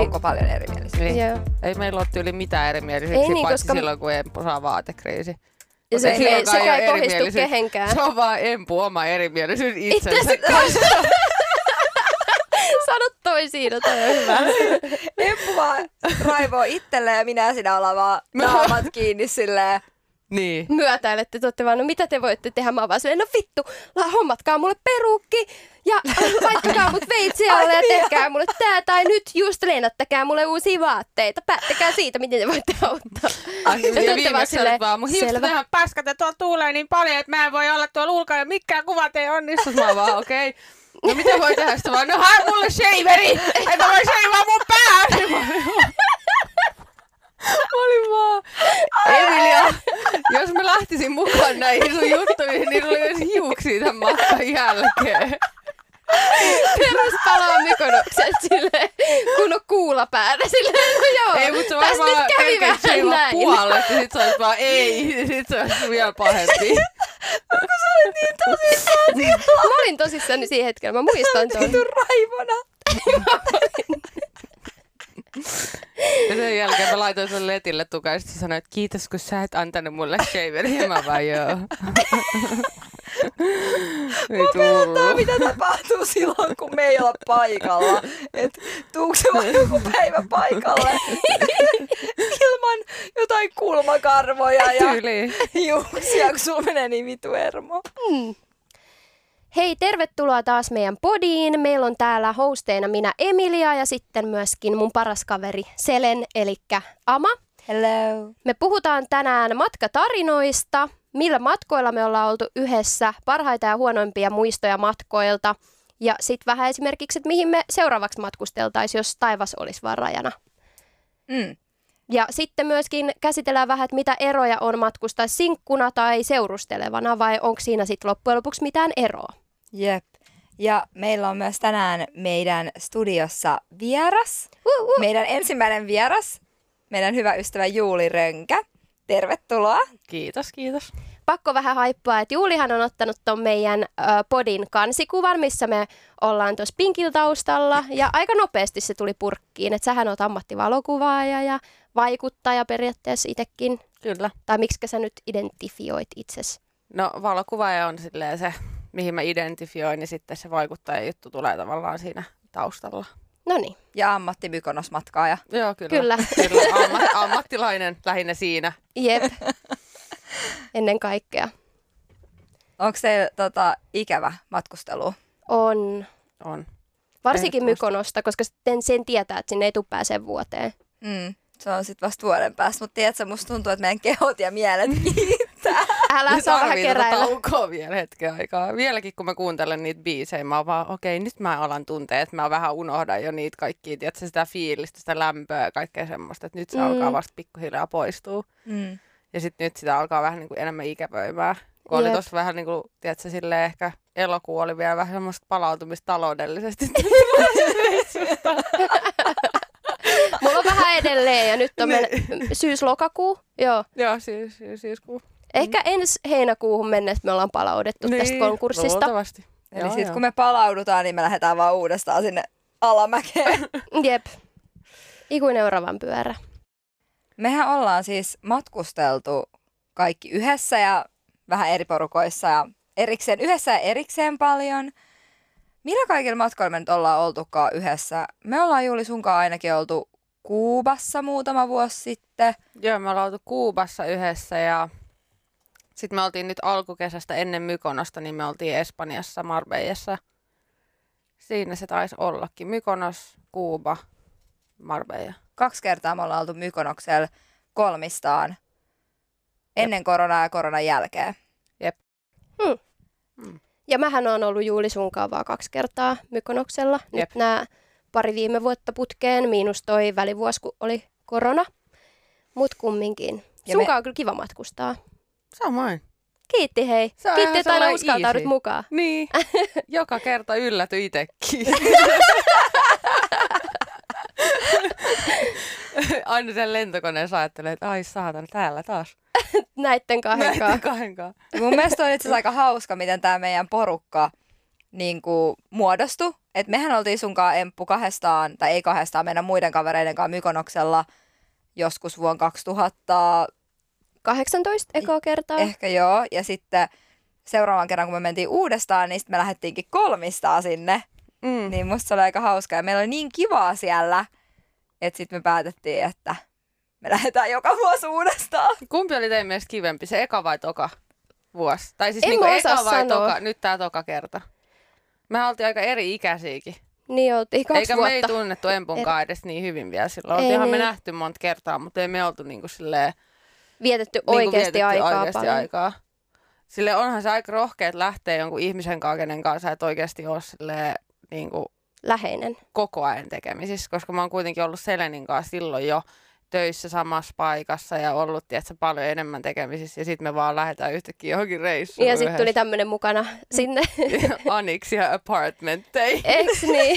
Onko paljon erimielisyyksiä? Niin. Joo. Ei meillä ole yli mitään erimielisyyksiä, Ei niin, paitsi koska silloin, kun Empu saa vaatekriisi. Ja Silloinkaan sekä ei ei ole kohdistu erimielisyys. kehenkään. Se on vaan Empu oma erimielisyys itsensä Itsensä kanssa. Sano toi siinä, toi on hyvä. Empu vaan raivoo itselleen ja minä siinä ollaan vaan naamat kiinni silleen. Niin. Myötäilette, te olette vaan, no mitä te voitte tehdä? Mä oon vaan silleen, no vittu, hommatkaa mulle peruukki ja laittakaa mut veitsi alle ja tehkää mulle tää. Tai nyt just lennättäkää mulle uusia vaatteita. Päättäkää siitä, miten te voitte auttaa. Ja viimeksi olet vaan, mun hiukset selvä. on ihan paskat ja tuolla tuulee niin paljon, että mä en voi olla tuolla ulkona ja mikään kuvat ei onnistu. Mä oon vaan, okei. No mitä voi tehdä sitä vaan? No hae mulle shaveri! Että voi shavaa mun pää! Mä olin vaan, Emilia, jos mä lähtisin mukaan näihin sun juttuihin, niin sulla ei olisi hiuksia tämän matkan jälkeen. Perus palaa Mykonoksen silleen, kun on kuula päällä silleen, no joo, Ei, mutta se tässä varmaan nyt kävi kerkeisi vähän shavaa näin. puolet ja sit sä olisit vaan ei, ja sit se olisi vielä pahempi. Mä olin tosissaan siinä hetkellä, mä muistan tuon. Vitun raivona. Ja sen jälkeen mä laitoin sen letille tukaan ja sit se sanoi, että kiitos kun sä et antanut mulle shaveri. Ja mä vaan joo. Ei tullut. Mitä tapahtuu silloin, kun me ei olla paikalla? Et tuuko se vaan joku päivä paikalle ilman jotain kulmakarvoja ja Tyyliin. hiuksia, kun sulla menee niin vitu hermo. Hei, tervetuloa taas meidän podiin. Meillä on täällä hosteina minä Emilia ja sitten myöskin mun paras kaveri Selen, eli Ama. Hello. Me puhutaan tänään matkatarinoista, millä matkoilla me ollaan oltu yhdessä, parhaita ja huonoimpia muistoja matkoilta ja sitten vähän esimerkiksi, että mihin me seuraavaksi matkusteltaisiin, jos taivas olisi vaan rajana. Ja sitten myöskin käsitellään vähän, että mitä eroja on matkustaa sinkkuna tai seurustelevana vai onko siinä sitten loppujen lopuksi mitään eroa. Jep. Ja meillä on myös tänään meidän studiossa vieras. Meidän ensimmäinen vieras, meidän hyvä ystävä Juuli Rönkä. Tervetuloa. Kiitos, kiitos. Pakko vähän haippaa, että Juulihan on ottanut ton meidän podin kansikuvan, missä me ollaan tuossa pinkillä taustalla. Ja aika nopeasti se tuli purkkiin, että sähän oot ammattivalokuvaaja ja vaikuttaja periaatteessa itsekin. Kyllä. Tai miksikä sä nyt identifioit itsesi? No valokuvaaja on silleen se, mihin mä identifioin, niin sitten se vaikuttajajuttu tulee tavallaan siinä taustalla. Noniin. Ja ammattimykonosmatkaaja. Joo, kyllä. Kyllä. Kyllä. Ammattilainen lähinnä siinä. Jep. Ennen kaikkea. Onko se ikävä matkustelu? On. On. Varsinkin Mykonosta, koska sitten sen tietää, että sinne ei tule pääsee vuoteen. Se on sitten vasta vuoden päästä, mutta tiedätkö, musta tuntuu, että meidän kehot ja mielet kiittää. Älä saa vähän keräillä. Taukoa vielä hetken aikaa. Vieläkin kun mä kuuntelen niitä biisejä, mä oon vaan, okei, nyt mä alan tuntea, että mä vähän unohdan jo niitä kaikkia, tiedätkö, sitä fiilistä, sitä lämpöä ja kaikkea semmoista, että nyt se alkaa vasta pikkuhiljaa poistua. Ja sitten nyt sitä alkaa vähän niin kuin enemmän ikävöimään. Kun oli tossa vähän niin kuin, tiedätkö, silleen ehkä elokuu oli vielä vähän semmoista palautumista taloudellisesti. Mulla on vähän edelleen ja nyt on syys-lokakuu. Joo. Joo, syyskuu. Ehkä ensi heinäkuuhun mennessä me ollaan palautettu tästä konkurssista. Luultavasti. Eli sitten kun me palaudutaan, niin me lähdetään vaan uudestaan sinne alamäkeen. Jep. Ikuinen oravan pyörä. Mehän ollaan siis matkusteltu kaikki yhdessä ja vähän eri porukoissa ja erikseen, yhdessä ja erikseen paljon. Millä kaikilla matkoilla me nyt ollaan oltukaan yhdessä? Me ollaan Juuli sunkaan ainakin oltu Kuubassa muutama vuosi sitten. Joo, me ollaan oltu Kuubassa yhdessä ja sitten me oltiin nyt alkukesästä ennen Mykonosta, niin me oltiin Espanjassa, Marbellassa. Siinä se taisi ollakin. Mykonos, Kuuba, Marbella. 2 kertaa me ollaan oltu Mykonoksella kolmistaan. Ennen koronaa ja koronan jälkeen. Jep. Ja mähän on ollut Juuli sunkaan vaan 2 kertaa Mykonoksella. Nyt Jep. nämä pari viime vuotta putkeen, miinus toi välivuosi, kun oli korona. Mut kumminkin. Sunkaan on kyllä kiva matkustaa. Samoin. Kiitti hei. Se on Kiitti, ihan että aina sellainen uskaltaudut easy. mukaan. Niin. Joka kerta ylläty itsekin. Aina sen lentokoneessa ajattelee, että ai saatan, täällä taas. Näitten kahdenkaan. Kahdenkaan. Mun mielestä on itse asiassa aika hauska, miten tämä meidän porukka niinku muodostui. Et mehän oltiin sunkaan Emppu kahdestaan, tai ei kahdestaan, meidän muiden kavereiden kanssa Mykonoksella joskus vuonna 2000, 18 ekaa kertaa. ehkä joo. Ja sitten seuraavan kerran, kun me mentiin uudestaan, niin sitten me lähdettiinkin kolmistaan sinne. Niin musta se oli aika hauskaa. Ja meillä oli niin kivaa siellä, että sitten me päätettiin, että me lähdetään joka vuosi uudestaan. Kumpi oli teidän mielestä kivempi, se eka vai toka vuosi? Tai siis En niinku mä osaa eka vai sanoa. toka, nyt tää toka kerta. Mehän oltiin aika eri ikäisiäkin. Niin oltiin 2 Eikä vuotta. me ei tunnettu Empunkaan edes niin hyvin vielä silloin. Oltiinhan me nähty monta kertaa, mutta ei me oltu niinku silleen... Vietetty niinku oikeasti aikaa oikeasti paljon. aikaa. Silleen onhan se aika rohkeet lähteä jonkun ihmisen kanssa, kenen kanssa et oikeasti ole silleen niinku Läheinen. koko ajan tekemisissä, koska mä oon kuitenkin ollut Selenin kanssa silloin jo töissä samassa paikassa ja ollut tiedätkö, paljon enemmän tekemisissä ja sitten me vaan lähdetään yhtäkkiä johonkin reissuun Ja sitten tuli tämmönen mukana sinne. Aniksia apartmentteihin. Eiks niin?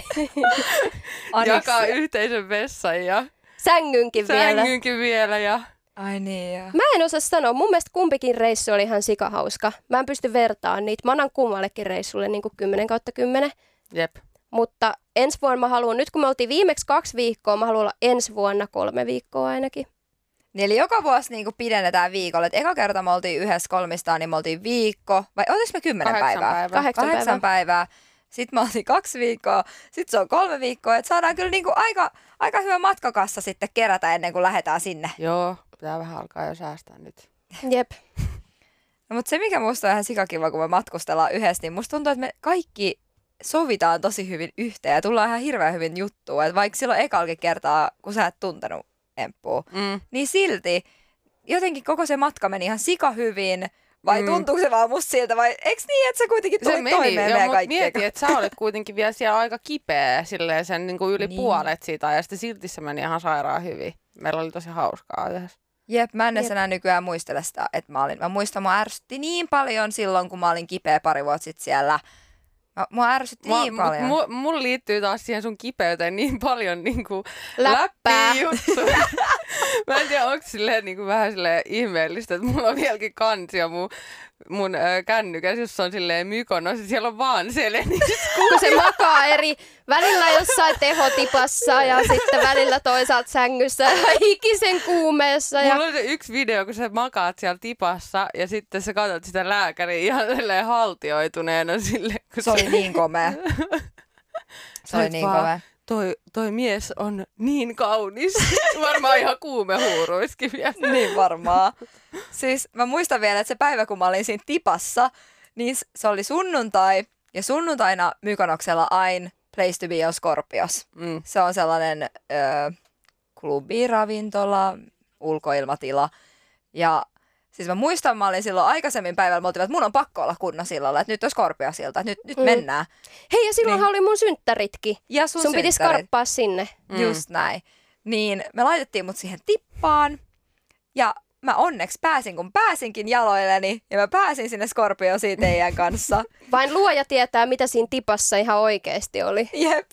Jakaa yhteisen vessan ja Sängynkin vielä. sängynkin vielä ja Ai niin joo. Mä en osaa sanoa. Mun mielestä kumpikin reissu oli ihan sikahauska. Mä en pysty vertaamaan niitä. Mä annan kummallekin reissulle niin kuin 10/10. jep. Mutta ensi vuonna mä haluan, nyt kun me oltiin viimeksi 2 viikkoa, mä haluan olla ensi vuonna 3 viikkoa ainakin. Niin eli joka vuosi niinku pidennetään viikolla. Et eka kerta me oltiin yhdessä kolmistaan, niin me oltiin viikko. Vai oliko me 10 päivää? 8 päivää. Sitten me oltiin 2 viikkoa. Sitten se on 3 viikkoa. Että saadaan kyllä niinku aika hyvä matkakassa sitten kerätä ennen kuin lähdetään sinne. Joo, pitää vähän alkaa jo säästää nyt. Jep. No, mutta se mikä musta on ihan sikakiva, kun me matkustellaan yhdessä, niin musta tuntuu, että me kaikki sovitaan tosi hyvin yhteen ja tullaan ihan hirveän hyvin juttuun. Että vaikka silloin ekalkin kertaa, kun sä et tuntenut Emppua, niin silti jotenkin koko se matka meni ihan sika hyvin. Vai tuntuuko se vaan musta siltä? Vai eikö niin, että sä kuitenkin tulit toimeen meidän kaikkien? Mietin, että sä olet kuitenkin vielä siellä aika kipeä silleen sen niin kuin yli puolet siitä ja sitten silti se meni ihan sairaan hyvin. Meillä oli tosi hauskaa yhdessä. Jep, mä en enää nykyään muistele sitä, että mä muistan, mua ärsytti niin paljon silloin, kun mä olin kipeä pari vuotta sitten siellä. Mua ärsytti niin paljon. Mulla liittyy taas siihen sun kipeyteen niin paljon niinku Läppää. juttuja. Mä en tiedä, onko silleen niinku vähän silleen ihmeellistä, että mulla on vieläkin kansia mun kännykäs, jossa on silleen Mykonos, ja siellä on vaan Seleni. Kun se makaa välillä jossain tehotipassa ja sitten välillä toisaalta sängyssä ja hikisen kuumeessa. Ja... Mulla on se yksi video, kun sä makaat siellä tipassa ja sitten sä katsot sitä lääkäriä ihan silleen haltioituneena silleen. Se oli niin komea. Se oli niin komea. Toi mies on niin kaunis. Varmaan ihan kuumehuuruiskin vielä. Niin varmaan. Siis mä muistan vielä, että se päivä, kun mä olin siinä tipassa, niin se oli sunnuntai. Ja sunnuntaina Mykonoksella aina Place to be on Scorpios. Se on sellainen klubi, ravintola, ulkoilmatila. Ja siis mä muistan, mä olin silloin aikaisemmin päivällä, mä oltiin, että mun on pakko olla kunnon sillalla, että nyt on Scorpiosilta, että nyt mennään. Hei, ja silloinhan oli mun synttäritkin. Ja sun piti skarppaa sinne. Just näin. Niin me laitettiin mut siihen tippaan ja mä onneksi pääsin, kun pääsinkin jaloilleni ja mä pääsin sinne Scorpiosiin teidän kanssa. Vain luoja tietää, mitä siinä tipassa ihan oikeasti oli. Jep.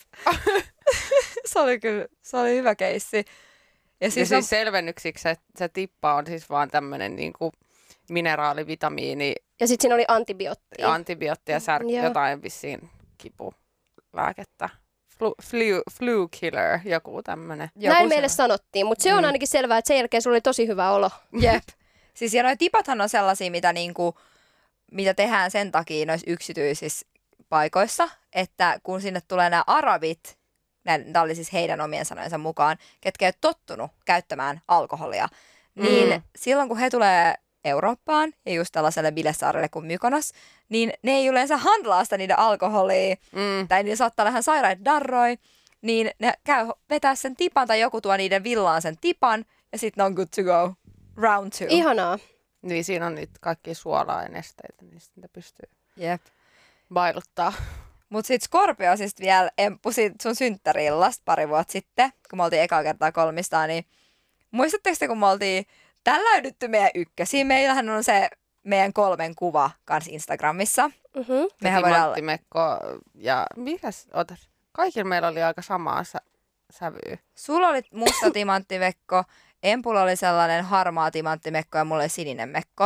se oli hyvä keissi. Ja siis selvennyksiksi se tippa on siis vaan tämmönen niinku mineraali, vitamiini. Ja sitten siinä oli Antibiootti ja jotain vissiin kipulääkettä. Flu killer, joku tämmönen. Näin meille sanottiin, mutta se on ainakin selvää, että sen jälkeen sulla oli tosi hyvä olo. Jep. Siis ja noi tipathan on sellaisia, mitä tehdään sen takia noissa yksityisissä paikoissa, että kun sinne tulee nämä arabit, tämä oli siis heidän omien sanojensa mukaan, ketkä ei ole tottunut käyttämään alkoholia, niin silloin kun he tulee Eurooppaan ja just tällaiselle bilesaarelle kuin Mykonos, niin ne ei yleensä handlaa sitä niiden alkoholia, tai niillä saattaa olla ihan sairaita darroi, niin ne käy vetää sen tipan tai joku tuo niiden villaan sen tipan ja sitten ne on good to go. Round 2. Ihanaa. Niin siinä on niitä kaikkia suolaa ja nesteitä, niin sitten pystyy bailuttaa. Mutta sitten Scorpiosista vielä Emppu sun synttäri-illasta pari vuotta sitten, kun me oltiin ekaa kertaa kolmistaan, niin muistatteko te, kun me oltiin tälläydytty meidän ykkösiin? Meillähän on se meidän 3 kuva kanssa Instagramissa. Mehän timanttimekko ja mikäs, otas, kaikilla meillä oli aika samaa sävyä. Sulla oli musta timanttimekko, Empulla oli sellainen harmaa timanttimekko ja mulla oli sininen mekko.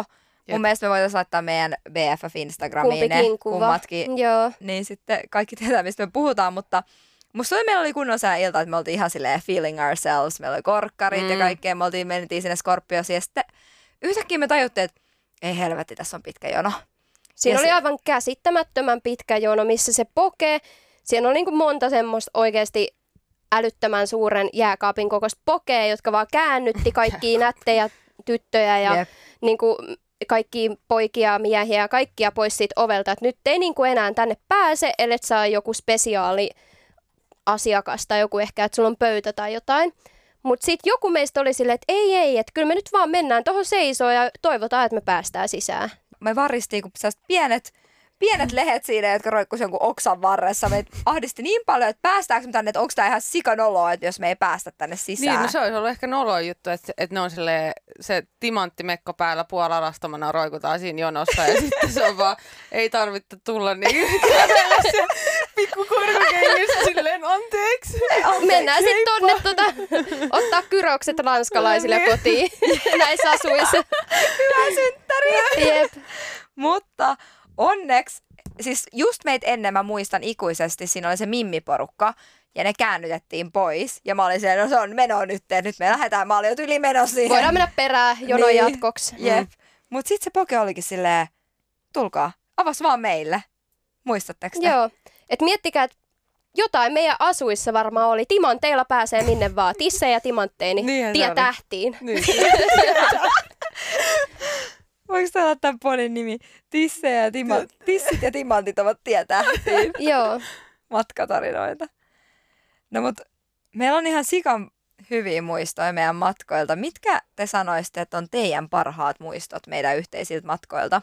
Mun mielestä me voitaisiin laittaa meidän BFF Instagramiin Kumpikin ne kuva. kummatkin. Joo. Niin sitten kaikki tietää, mistä me puhutaan, mutta musta meillä oli kunnon sää ilta, että me oltiin ihan silleen feeling ourselves. Meillä oli korkkarit ja kaikkea, mentiin sinne Scorpiosiin ja sitten yhtäkkiä me tajuttiin, että ei helvetti, tässä on pitkä jono. Siinä oli aivan käsittämättömän pitkä jono, missä se pokee. Siinä oli niin kuin monta semmoista oikeasti älyttömän suuren jääkaapin kokoista pokea, jotka vaan käännytti kaikkia nättejä tyttöjä ja niin kuin kaikkia poikia, miehiä ja kaikkia pois siitä ovelta. Et nyt ei niin kuin enää tänne pääse, ellei saa joku spesiaali asiakas tai joku ehkä, että sulla on pöytä tai jotain. Mutta sitten joku meistä oli silleen, että ei, että kyllä me nyt vaan mennään tuohon seisoon ja toivotaan, että me päästään sisään. Me varistiin, kun pienet lehet siinä, jotka roikkuisi jonkun oksan varressa. Meitä ahdisti niin paljon, että päästäänkö me tänne, että onko tämä ihan sikanoloa, että jos me ei päästä tänne sisään. Niin, no se olisi ollut ehkä noloa juttu, että ne on se timanttmekko päällä puolalastomana roikutaan siinä jonossa ja sitten se on vaan, ei tarvitse tulla niin kävellä se pikku korkokengissä silleen anteeksi. Mennään sitten tonne ottaa kyrokset ranskalaisille kotiin näissä asuissa. Hyvä synttäri! Jep. Mutta onneksi, siis just meitä ennen mä muistan ikuisesti, siinä oli se mimmiporukka ja ne käännytettiin pois. Ja mä olin siellä, no se on meno nyt, nyt me lähdetään, mä olin jo yli menossa siihen. Voidaan mennä perään jonon Niin. jatkoksi. Jep. Mut sit se poke olikin silleen, tulkaa, avas vaan meille. Muistatteko te? Joo. Et miettikää, että jotain meidän asuissa varmaan oli. Timanteilla pääsee minne vaan. Tissejä ja timantteja, niin Niinhän se tie oli. tähtiin. Niin. Voiko tää olla tämän podin nimi? Tissit ja timantit ovat tietähtiin. Joo. Matkatarinoita. No mut meillä on ihan sikan hyviä muistoja meidän matkoilta. Mitkä te sanoisitte, että on teidän parhaat muistot meidän yhteisiltä matkoilta?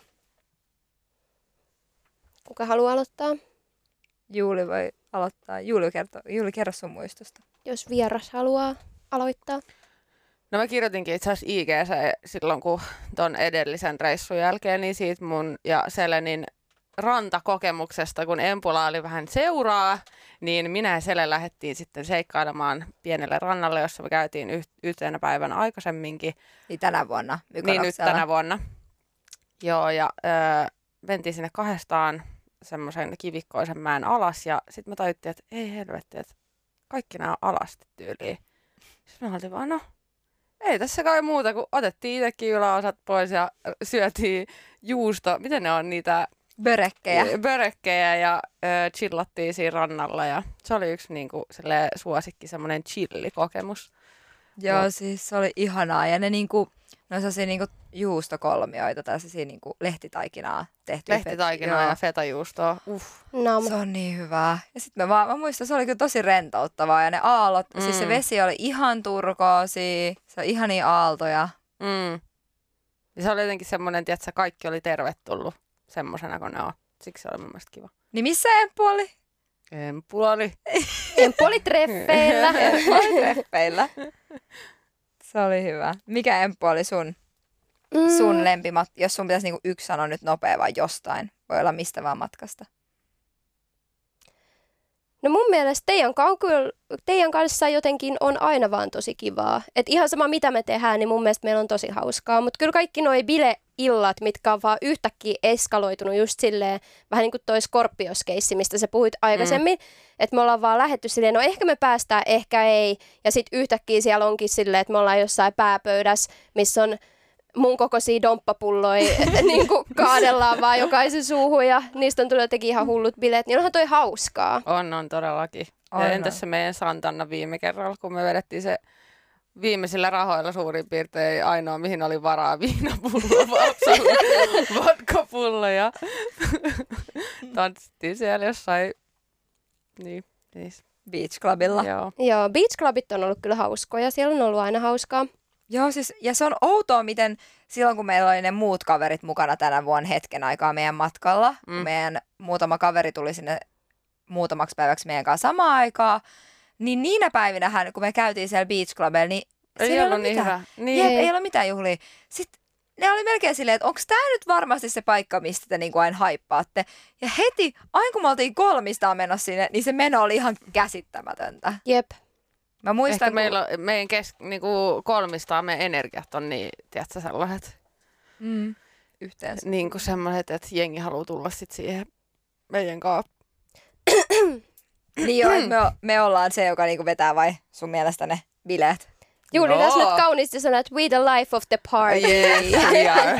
Kuka haluaa aloittaa? Juuli voi aloittaa. Juuli kerro sun muistosta. Jos vieras haluaa aloittaa. No mä kirjoitinkin itse asiassa IG:ssä silloin, kun ton edellisen reissun jälkeen, niin siitä mun ja Selenin rantakokemuksesta, kun Empula oli vähän seuraa, niin minä ja Sele lähdettiin sitten seikkailemaan pienelle rannalle, jossa me käytiin yhtenä päivänä aikaisemminkin. Niin tänä vuonna. Niin nyt tänä vuonna. Joo, ja mentiin sinne kahdestaan semmoisen kivikkoisen mäen alas, ja sitten me tajuttiin, että ei helvetti, että kaikki nämä on alasti tyyliin. Sitten me oltiin vaan, no, ei tässä kai muuta, kun otettiin itsekin yläosat pois ja syötiin miten ne on niitä börekkejä ja chillattiin siinä rannalla. Ja se oli yksi niinku, suosikki, semmoinen chillikokemus. Joo, siis se oli ihanaa. Ja ne niinku, no sellaisia niinku juustokolmioita tai sellaisia niinku lehtitaikinaa tehty. Lehtitaikinaa ja fetajuustoa. No, Se on niin hyvää. Ja sitten mä muistan, se oli kyllä tosi rentouttavaa. Ja ne aallot, siis se vesi oli ihan turkoosi. Se on ihania aaltoja. Ja se oli jotenkin semmoinen, että kaikki oli tervetullut semmoisena kuin ne on. Siksi se oli mun mielestä kiva. Niin missä Emppu oli? Emppu oli. Emppu oli treffeillä. Emppu oli treffeillä. Se oli hyvä. Mikä Emppu oli sun lempimat, jos sun pitäisi niinku yksi sanoa nyt nopea vai jostain? Voi olla mistä vaan matkasta. No mun mielestä teidän kanssa jotenkin on aina vaan tosi kivaa. Et ihan sama mitä me tehdään, niin mun mielestä meillä on tosi hauskaa. Mutta kyllä kaikki noi bileillat, mitkä on vaan yhtäkkiä eskaloitunut just silleen, vähän niin kuin toi Scorpios-keissi, mistä sä puhuit aikaisemmin. Että me ollaan vaan lähdetty silleen, no ehkä me päästään, ehkä ei. Ja sitten yhtäkkiä siellä onkin silleen, että me ollaan jossain pääpöydässä, missä on mun kokoisia domppapulloja niin kuin kaadellaan vaan jokaisen suuhun ja niistä on tullut jotenkin ihan hullut bileet, niin onhan toi hauskaa. On todellakin. Ja entäs se meidän Santanna viime kerralla, kun me vedettiin se viimeisillä rahoilla suurin piirtein ainoa, mihin oli varaa viinapullo, vodkapullo ja tanssittiin siellä jossain niin. Beach Clubilla. Joo, Beach Clubit on ollut kyllä hauskoja, siellä on ollut aina hauskaa. Joo, siis, ja se on outoa, miten silloin kun meillä oli ne muut kaverit mukana tänä vuonna hetken aikaa meidän matkalla, kun meidän muutama kaveri tuli sinne muutamaksi päiväksi meidän kanssa samaan aikaan, niin niinä päivinähän, kun me käytiin siellä Beach Clubilla, niin ei ollut niin hyvä. Niin. Ei ollut mitään juhlia. Sitten ne oli melkein silleen, että onko tämä nyt varmasti se paikka, mistä te niinku aina haippaatte. Ja heti, aina kun me oltiin kolmistaan menossa sinne, niin se meno oli ihan käsittämätöntä. Jep. Mä muistan, ehkä meillä on, meidän niinku kolmistaan meidän energiat on niin, tiedätkö, sellaiset. yhteen. Niin kuin semmoiset, että jengi haluaa tulla sit siihen meidän kanssa. Niin joo, että me ollaan se, joka niinku vetää vai sun mielestä ne bileet? Juuri tässä nyt kauniisti sanoa, että we the life of the party. Yes, we are.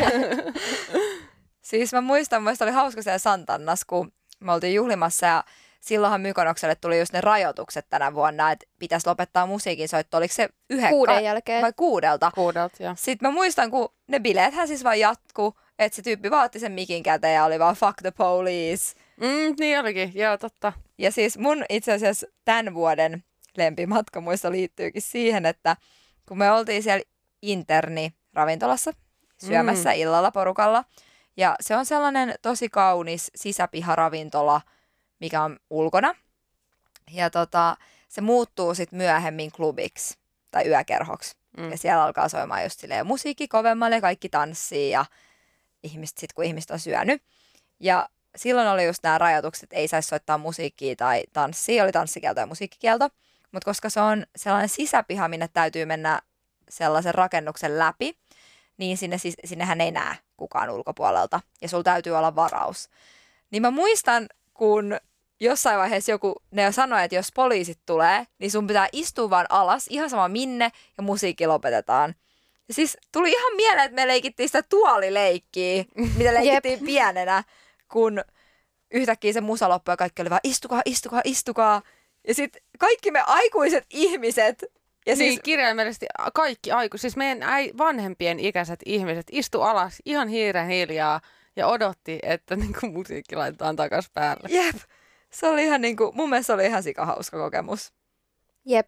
Siis mä muistan, oli hauska siellä Santannas, kun me oltiin juhlimassa ja silloinhan Mykonokselle tuli just ne rajoitukset tänä vuonna, että pitäisi lopettaa musiikin soitto. Oliko se 6 jälkeen? Vai 6? 6, joo. Sitten mä muistan, kun ne bileethän siis vaan jatkuu, että se tyyppi vaatti sen mikin käteen ja oli vaan fuck the police. Niin olikin, joo totta. Ja siis mun itse asiassa tämän vuoden lempimatkamuisto liittyykin siihen, että kun me oltiin siellä interni-ravintolassa syömässä illalla porukalla, ja se on sellainen tosi kaunis sisäpiharavintola, mikä on ulkona. Ja se muuttuu sitten myöhemmin klubiksi tai yökerhoksi. Ja siellä alkaa soimaan just silleen musiikki kovemmalle, kaikki tanssii ja ihmiset sit kun ihmiset on syönyt. Ja silloin oli just nämä rajoitukset, että ei saisi soittaa musiikkia tai tanssia, oli tanssikielto ja musiikkikielto. Mutta koska se on sellainen sisäpiha, minne täytyy mennä sellaisen rakennuksen läpi, niin sinnehän ei näe kukaan ulkopuolelta. Ja sulla täytyy olla varaus. Niin mä muistan, kun jossain vaiheessa ne sanoi, että jos poliisit tulee, niin sun pitää istua vaan alas, ihan sama minne, ja musiikki lopetetaan. Ja siis tuli ihan mieleen, että me leikittiin sitä tuolileikkiä, mitä leikittiin pienenä, kun yhtäkkiä se musa loppui ja kaikki oli vaan istukaa, istukaa, istukaa. Ja sitten kaikki me aikuiset ihmiset. Ja niin, siis kirjaimellisesti kaikki siis meidän vanhempien ikäiset ihmiset istu alas ihan hiiren hiljaa ja odotti, että niinku musiikki laitetaan takas päälle. Jep. Se oli ihan mun mielestä se oli ihan sikahauska kokemus. Jep.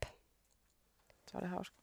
Se oli hauska.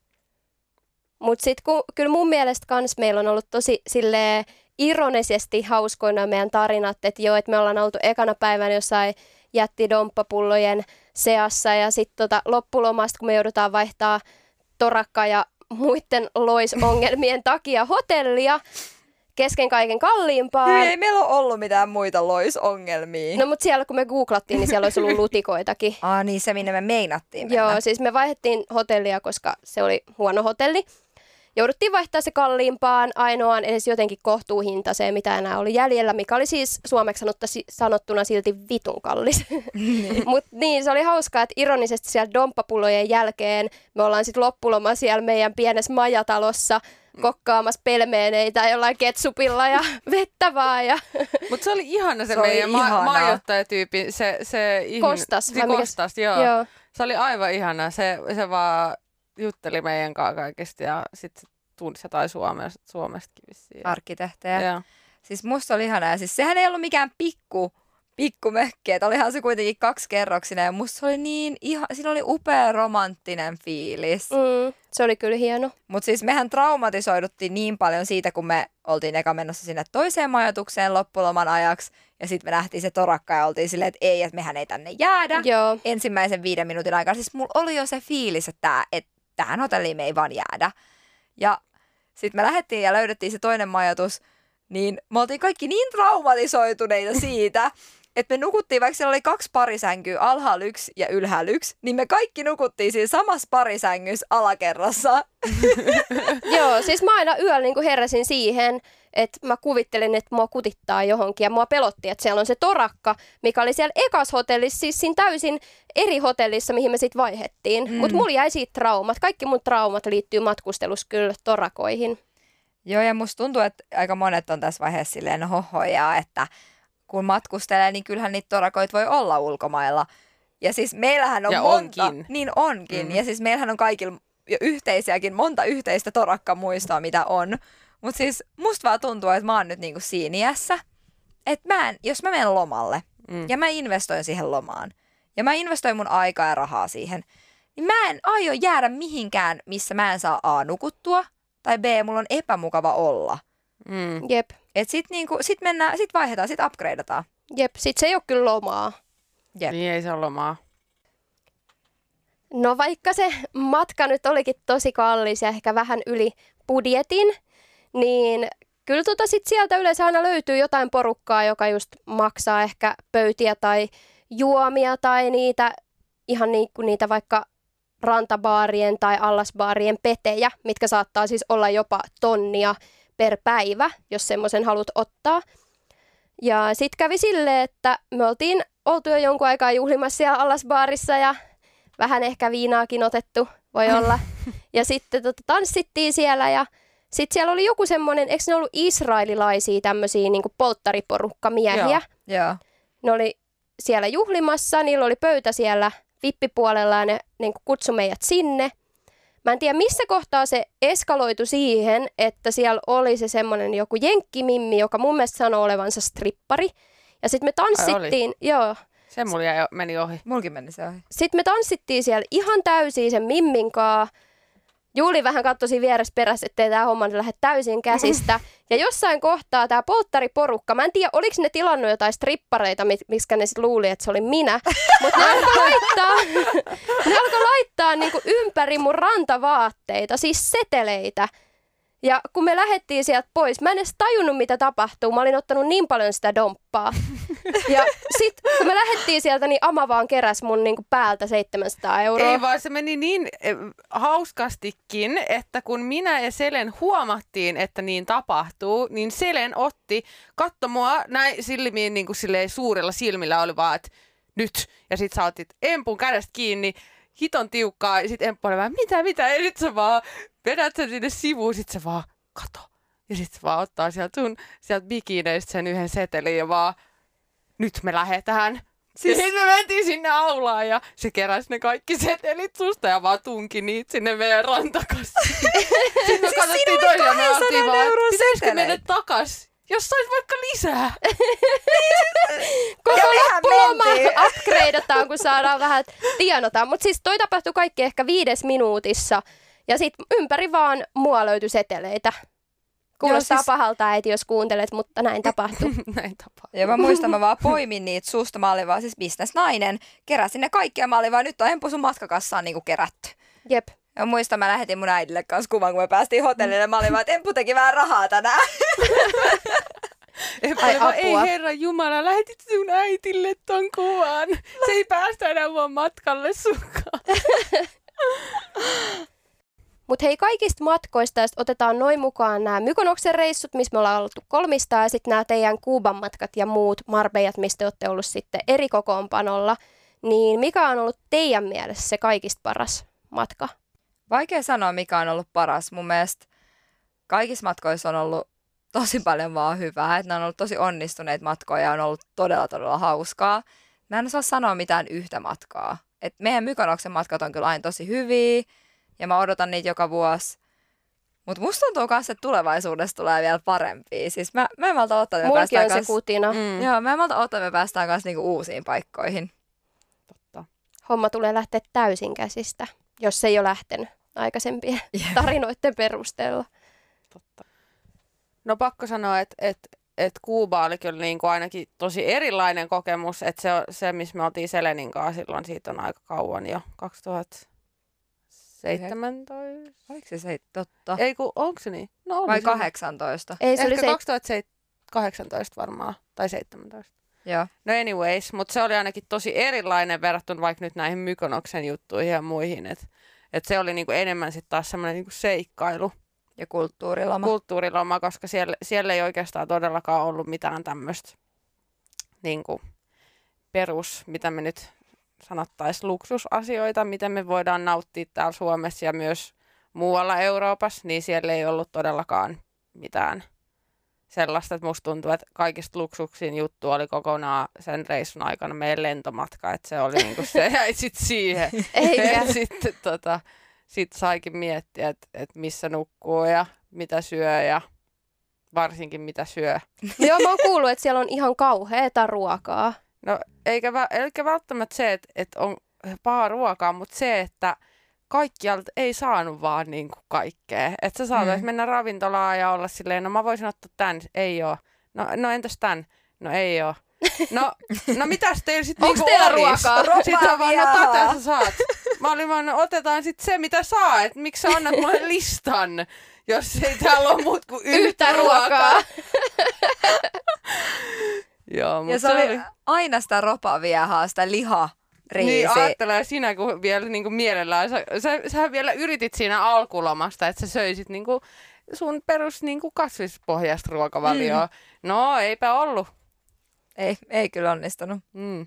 Mutta sitten kyllä mun mielestä kans meillä on ollut tosi silleen ironisesti hauskoina meidän tarinat, että joo, että me ollaan oltu ekana päivänä jossain jättidomppapullojen seassa ja sitten loppulomasta, kun me joudutaan vaihtaa torakka ja muiden loisongelmien takia hotellia kesken kaiken kalliimpaan. Ei meillä ole ollut mitään muita loisongelmia. No mutta siellä kun me googlattiin, niin siellä olisi ollut lutikoitakin. Niin se minne me meinattiin mennä. Joo, siis me vaihdettiin hotellia, koska se oli huono hotelli. Jouduttiin vaihtaa se kalliimpaan ainoaan edes jotenkin kohtuuhintaiseen, mitä enää oli jäljellä, mikä oli siis suomeksi sanottuna silti vitun kallis. Mutta niin, se oli hauskaa, että ironisesti siellä domppapullojen jälkeen me ollaan sitten loppuloma siellä meidän pienessä majatalossa kokkaamassa pelmeeneitä jollain ketsupilla ja vettä vaan. Ja mutta se oli ihana se oli meidän majoittajatyyppi, se ihminen. Kostas, joo. Se oli aivan ihana, se vaan jutteli meidän kanssa kaikesta ja sitten tunsi jotain Suomestakin vissiin. Arkkitehtejä. Joo. Siis musta oli ihanaa. Ja siis sehän ei ollut mikään pikkumökki. Että olihan se kuitenkin 2-kerroksinen. Ja musta se oli siinä oli upea romanttinen fiilis. Se oli kyllä hieno. Mutta siis mehän traumatisoiduttiin niin paljon siitä, kun me oltiin eka menossa sinne toiseen majoitukseen loppuloman ajaksi. Ja sitten me nähtiin se torakka ja oltiin silleen, että ei, että mehän ei tänne jäädä. Joo. Ensimmäisen 5 minuutin aikana. Siis mulla oli jo se fiilis, että tähän hotelliin me ei vaan jäädä. Ja sitten me lähdettiin ja löydettiin se toinen majoitus, niin me oltiin kaikki niin traumatisoituneita siitä, että me nukuttiin, vaikka siellä oli 2 parisänkyä, alhaalla 1 ja ylhäällä 1, niin me kaikki nukuttiin siinä samassa parisängyssä alakerrassa. Joo, siis mä aina yöllä niin kuin heräsin siihen, että mä kuvittelin, että mua kutittaa johonkin ja mua pelotti, että siellä on se torakka, mikä oli siellä ekas hotellissa, siis siinä täysin eri hotellissa, mihin me sitten vaihdettiin. Mutta mulla jäi siitä traumat. Kaikki mun traumat liittyy matkustelussa kyllä torakoihin. Joo, ja musta tuntuu, että aika monet on tässä vaiheessa silleen hohojaa, että kun matkustelee, niin kyllähän niitä torakoita voi olla ulkomailla. Ja siis meillähän on ja monta. Onkin. Niin onkin. Ja siis meillähän on kaikilla jo monta yhteistä torakkamuistoa, mitä on. Mutta siis musta vaan tuntuu, että mä oon nyt niinku siinä iässä, että jos mä menen lomalle ja mä investoin siihen lomaan ja mä investoin mun aikaa ja rahaa siihen, niin mä en aio jäädä mihinkään, missä mä en saa A nukuttua tai B mulla on epämukava olla. Jep. Et sit vaihdetaan, sit upgradeataan. Jep, sit se ei ole kyllä lomaa. Jep. Niin ei se ole lomaa. No vaikka se matka nyt olikin tosi kallis ja ehkä vähän yli budjetin, niin kyllä sit sieltä yleensä aina löytyy jotain porukkaa, joka just maksaa ehkä pöytiä tai juomia tai ihan niin kuin niitä vaikka rantabaarien tai allasbaarien petejä, mitkä saattaa siis olla jopa 1 000 per päivä, jos semmoisen haluat ottaa. Ja sitten kävi silleen, että me oltiin oltu jo jonkun aikaa juhlimassa siellä Allasbaarissa ja vähän ehkä viinaakin otettu, voi olla. Ja sitten tanssittiin siellä ja sitten siellä oli joku semmoinen, eikö ne ollut israelilaisia tämmöisiä niin polttariporukkamiehiä? Joo. Ne oli siellä juhlimassa, niillä oli pöytä siellä vippipuolella ja ne niin kutsui meidät sinne. Mä en tiedä, missä kohtaa se eskaloitu siihen, että siellä oli se semmoinen joku jenkkimimmi, joka mun mielestä sanoi olevansa strippari. Ja sitten me tanssittiin, joo. Se mulla meni ohi. Mulkin meni se ohi. Sitten me tanssittiin siellä ihan täysin sen mimmin kaa. Juuli vähän katsoi siinä vieressä perässä, ettei tämä homma lähde täysin käsistä. Ja jossain kohtaa tämä polttariporukka, mä en tiedä, oliko ne tilannut jotain strippareita, miskä ne sitten luuli, että se oli minä. Mutta ne alkoi laittaa niinku ympäri mun rantavaatteita, siis seteleitä. Ja kun me lähdettiin sieltä pois, mä en edes tajunnut, mitä tapahtuu. Mä olin ottanut niin paljon sitä domppaa. Ja sit kun me lähdettiin sieltä, niin Ama vaan keräsi mun niinku päältä 700 €. Ei vaan, se meni niin hauskastikin, että kun minä ja Selen huomattiin, että niin tapahtuu, niin Selen katsoi mua näin silmiin niin kuin suurilla silmillä, oli vaan, että nyt. Ja sit sä otit Empun kädestä kiinni, hiton tiukkaa, ja sit Emppu oli vähän, mitä, ja sit sä vaan vedät sen sinne sivuun, sit sä vaan, kato. Ja sit sä vaan ottaa sieltä bikineistä sen yhden setelin ja vaan, nyt me lähdetään. Siis me mentiin sinne aulaan ja se keräsi ne kaikki setelit susta ja vaan tunki niitä sinne meidän rantakassiin. Sitten me katsottiin toisiaan ja me oltiin vaan, että pitäisikö mennä takas, jos sais vaikka lisää. Koko loppuloma upgradeataan, kun saadaan vähän tienataan. Mutta siis toi tapahtui kaikki ehkä 5 minuutissa ja sitten ympäri vaan mua löytyi seteleitä. Kuulostaa pahalta äiti, jos kuuntelet, mutta näin tapahtui. Näin tapahtui. Ja mä muistan, mä vaan poimin niitä susta. Mä olin vaan siis bisnesnainen. Keräsin ne kaikki ja mä olin vaan, nyt on Emppu sun matkakassaan niinku kerätty. Jep. Ja muistan, mä lähetin mun äidille kanssa kuvan, kun me päästiin hotellille. Mä olin vaan, että Emppu teki vähän rahaa tänään. Ei herra Jumala, lähetit sun äitille ton kuvan. Se ei päästä enää mua matkalle sunkaan. Mutta hei, kaikista matkoista jos otetaan noin mukaan nämä Mykonoksen reissut, missä me ollaan oltu 3, ja sitten nämä teidän Kuuban matkat ja muut Marbejat, mistä te olette ollut sitten eri kokoonpanolla. Niin mikä on ollut teidän mielestä se kaikista paras matka? Vaikea sanoa, mikä on ollut paras. Mun mielestä kaikissa matkoissa on ollut tosi paljon vaan hyvää. Että ne on ollut tosi onnistuneita matkoja ja on ollut todella hauskaa. Mä en osaa sanoa mitään yhtä matkaa. Et meidän Mykonoksen matkat on kyllä aina tosi hyviä. Ja mä odotan niitä joka vuosi. Mutta musta tuntuu myös, että tulevaisuudessa tulee vielä parempia. Siis mä en malta ottaa, että me päästään se kutina. Joo, mä en malta ottaa, että me päästään kanssa niinku uusiin paikkoihin. Totta. Homma tulee lähteä täysin käsistä, jos se ei ole lähtenyt aikaisempien tarinoiden perusteella. Totta. No pakko sanoa, että Kuuba oli kyllä niin kuin ainakin tosi erilainen kokemus. Että se, missä me oltiin Selenin kanssa silloin, siitä on aika kauan jo. 2017. Oliko se totta? Ei kun, onko se niin? No, vai se 18? Ei, se ehkä oli 2018 varmaan, tai 17. Joo. No anyways, mutta se oli ainakin tosi erilainen verrattuna vaikka nyt näihin Mykonoksen juttuihin ja muihin. Et se oli niinku enemmän sitten taas semmoinen niinku seikkailu. Ja kulttuuriloma. Kulttuuriloma, koska siellä ei oikeastaan todellakaan ollut mitään tämmöistä niinku perus, mitä me nyt sanottaisiin luksusasioita, miten me voidaan nauttia täällä Suomessa ja myös muualla Euroopassa, niin siellä ei ollut todellakaan mitään sellaista, että musta tuntuu, että kaikista luksuksin juttu oli kokonaan sen reissun aikana meidän lentomatka, että se oli niinku se jäi sitten siihen. Ja sitten sit saikin miettiä, että missä nukkuu ja mitä syö ja varsinkin mitä syö. Joo, mä oon kuullut, että siellä on ihan kauheata ruokaa. No eikä välttämättä se, että on paha ruokaa, mutta se, että kaikkialta ei saanut vaan niinku kaikkea. Että sä saat mennä ravintolaan ja olla silleen, no mä voisin ottaa tän, ei oo. No entäs tän? No ei oo. No mitäs teillä sit niinku teillä olis? ruokaa? Sitten on vaan, no tätä sä saat. Mä olin vaan, no otetaan sit se mitä saa, että miksi sä annat mulle listan, jos ei täällä ole muut kuin yhtä ruokaa. Joo, ja se oli aina sitä ropaviehaa, sitä riisi. Niin, ajattelee sinä, kun vielä niin kuin mielellään, sähän vielä yritit siinä alkulomasta, että sä söisit niin kuin sun perus niin kuin kasvispohjaista ruokavalioa. No, eipä ollut. Ei kyllä onnistunut.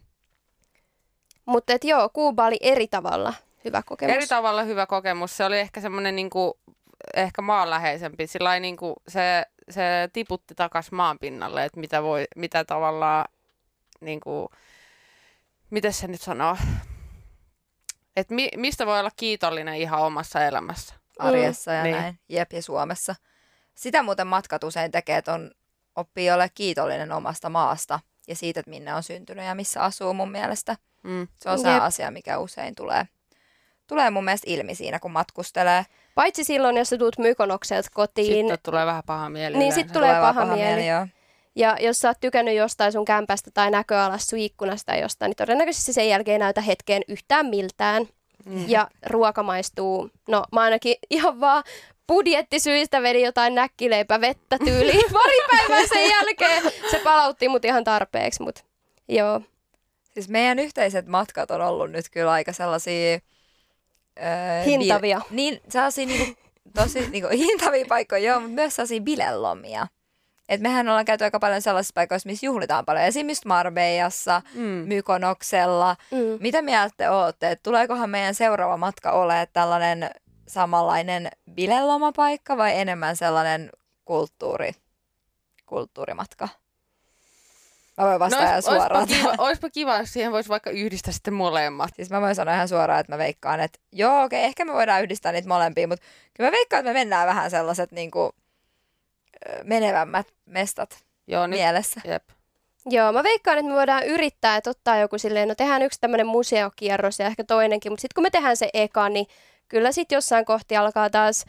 Mutta joo, Kuuba oli eri tavalla hyvä kokemus. Eri tavalla hyvä kokemus. Se oli ehkä semmoinen niin kuin, ehkä maanläheisempi. Sillain niin kuin se tiputti takas maan pinnalle, että mitä tavallaan, niin kuin, miten se nyt sanoo, että mistä voi olla kiitollinen ihan omassa elämässä. Arjessa ja niin. näin. Jep, ja Suomessa. Sitä muuten matkat usein tekee, että oppii olla kiitollinen omasta maasta ja siitä, että minne on syntynyt ja missä asuu mun mielestä. Se on se asia, mikä usein tulee mun mielestä ilmi siinä, kun matkustelee. Paitsi silloin, jos sä tuut Mykonokselta kotiin. Sitten tulee vähän paha mieli. Niin sitten tulee paha mieli. Joo. Ja jos sä oot tykännyt jostain sun kämpästä tai näköalasta sun ikkunasta tai jostain, niin todennäköisesti sen jälkeen ei näytä hetkeen yhtään miltään. Ja ruoka maistuu, no mä ainakin ihan vaan budjettisyistä vedin jotain näkkileipävettä tyyliin pari päivää sen jälkeen. Se palautti mut ihan tarpeeksi, mut joo. Siis meidän yhteiset matkat on ollut nyt kyllä aika sellaisia... hintavia. Niin, sellaisia tosi hintavia paikkoja, joo, mutta myös sellaisia bilelomia. Et mehän ollaan käyty aika paljon sellaisissa paikoissa, missä juhlitaan paljon. Esimerkiksi Marbejassa, Mykonoksella. Mitä mieltä te ootte? Et tuleekohan meidän seuraava matka olemaan tällainen samanlainen bilelomapaikka vai enemmän sellainen kulttuurimatka? Mä voin vastata ihan suoraan. Olisipa kiva, jos siihen voisi vaikka yhdistää sitten molemmat. Siis mä voin sanoa ihan suoraan, että mä veikkaan, että joo, okei, ehkä me voidaan yhdistää niitä molempia, mutta kyllä mä veikkaan, että me mennään vähän sellaiset niinku menevämmät mestat mielessä. Jep. Joo, mä veikkaan, että me voidaan yrittää, että ottaa joku silleen, no tehdään yksi tämmöinen museokierros ja ehkä toinenkin, mutta sitten kun me tehdään se eka, niin kyllä sitten jossain kohti alkaa taas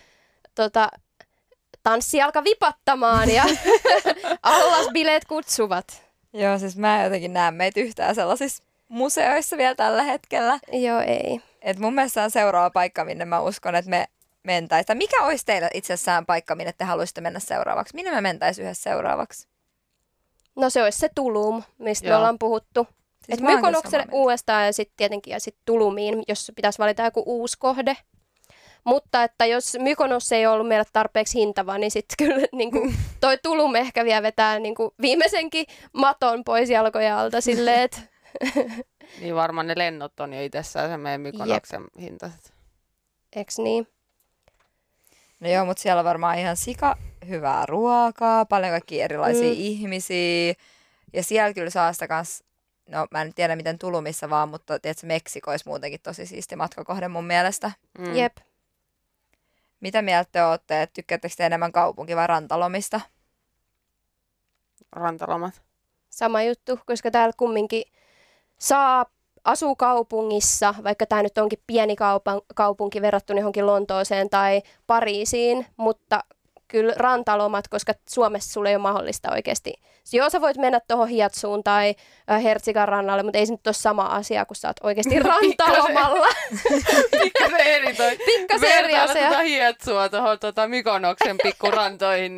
tanssi alkaa vipattamaan ja allasbileet kutsuvat. Joo, siis mä jotenkin näen meitä yhtään sellaisissa museoissa vielä tällä hetkellä. Joo, ei. Et mun mielestä on seuraava paikka, minne mä uskon, että me mentäisiin. Mikä olisi teillä itsessään paikka, minne te haluaisitte mennä seuraavaksi? Minne me mentäisiin yhdessä seuraavaksi? No se olisi se Tulum, mistä me ollaan puhuttu. Siis Mykonokselle uudestaan ja sitten tietenkin ja sitten Tulumiin, jos pitäisi valita joku uusi kohde. Mutta että jos Mykonos ei ollut meille tarpeeksi hintava, niin sitten kyllä niin kuin, toi Tulum ehkä vielä vetää niin kuin, viimeisenkin maton pois jalkojen alta silleen, että... Niin varmaan ne lennot on jo itsessään se meidän Mykonoksen hintaiset. Eks niin? No joo, mutta siellä on varmaan ihan sika hyvää ruokaa, paljon kaikkia erilaisia ihmisiä. Ja siellä kyllä saa sitä kans, no mä en tiedä miten Tulumissa vaan, mutta tiedätkö, Meksiko olisi muutenkin tosi siisti matkakohde mun mielestä. Jep. Mitä mieltä te ootte? Tykkäättekö te enemmän kaupunki- vai rantalomista? Rantalomat. Sama juttu, koska täällä kumminkin asuu kaupungissa, vaikka tämä nyt onkin pieni kaupunki verrattuna johonkin Lontooseen tai Pariisiin, mutta kyllä rantalomat, koska Suomessa sulle ei ole mahdollista oikeasti. Joo, sä voit mennä tuohon Hiatsuun tai Hertsikan rannalle, mutta ei se nyt ole sama asia, kun sä oot oikeasti rantalomalla. Pikkasen eri toi. Pikkasen eri asia. Vertailla Hiatsua tuohon Mykonoksen pikkurantoihin.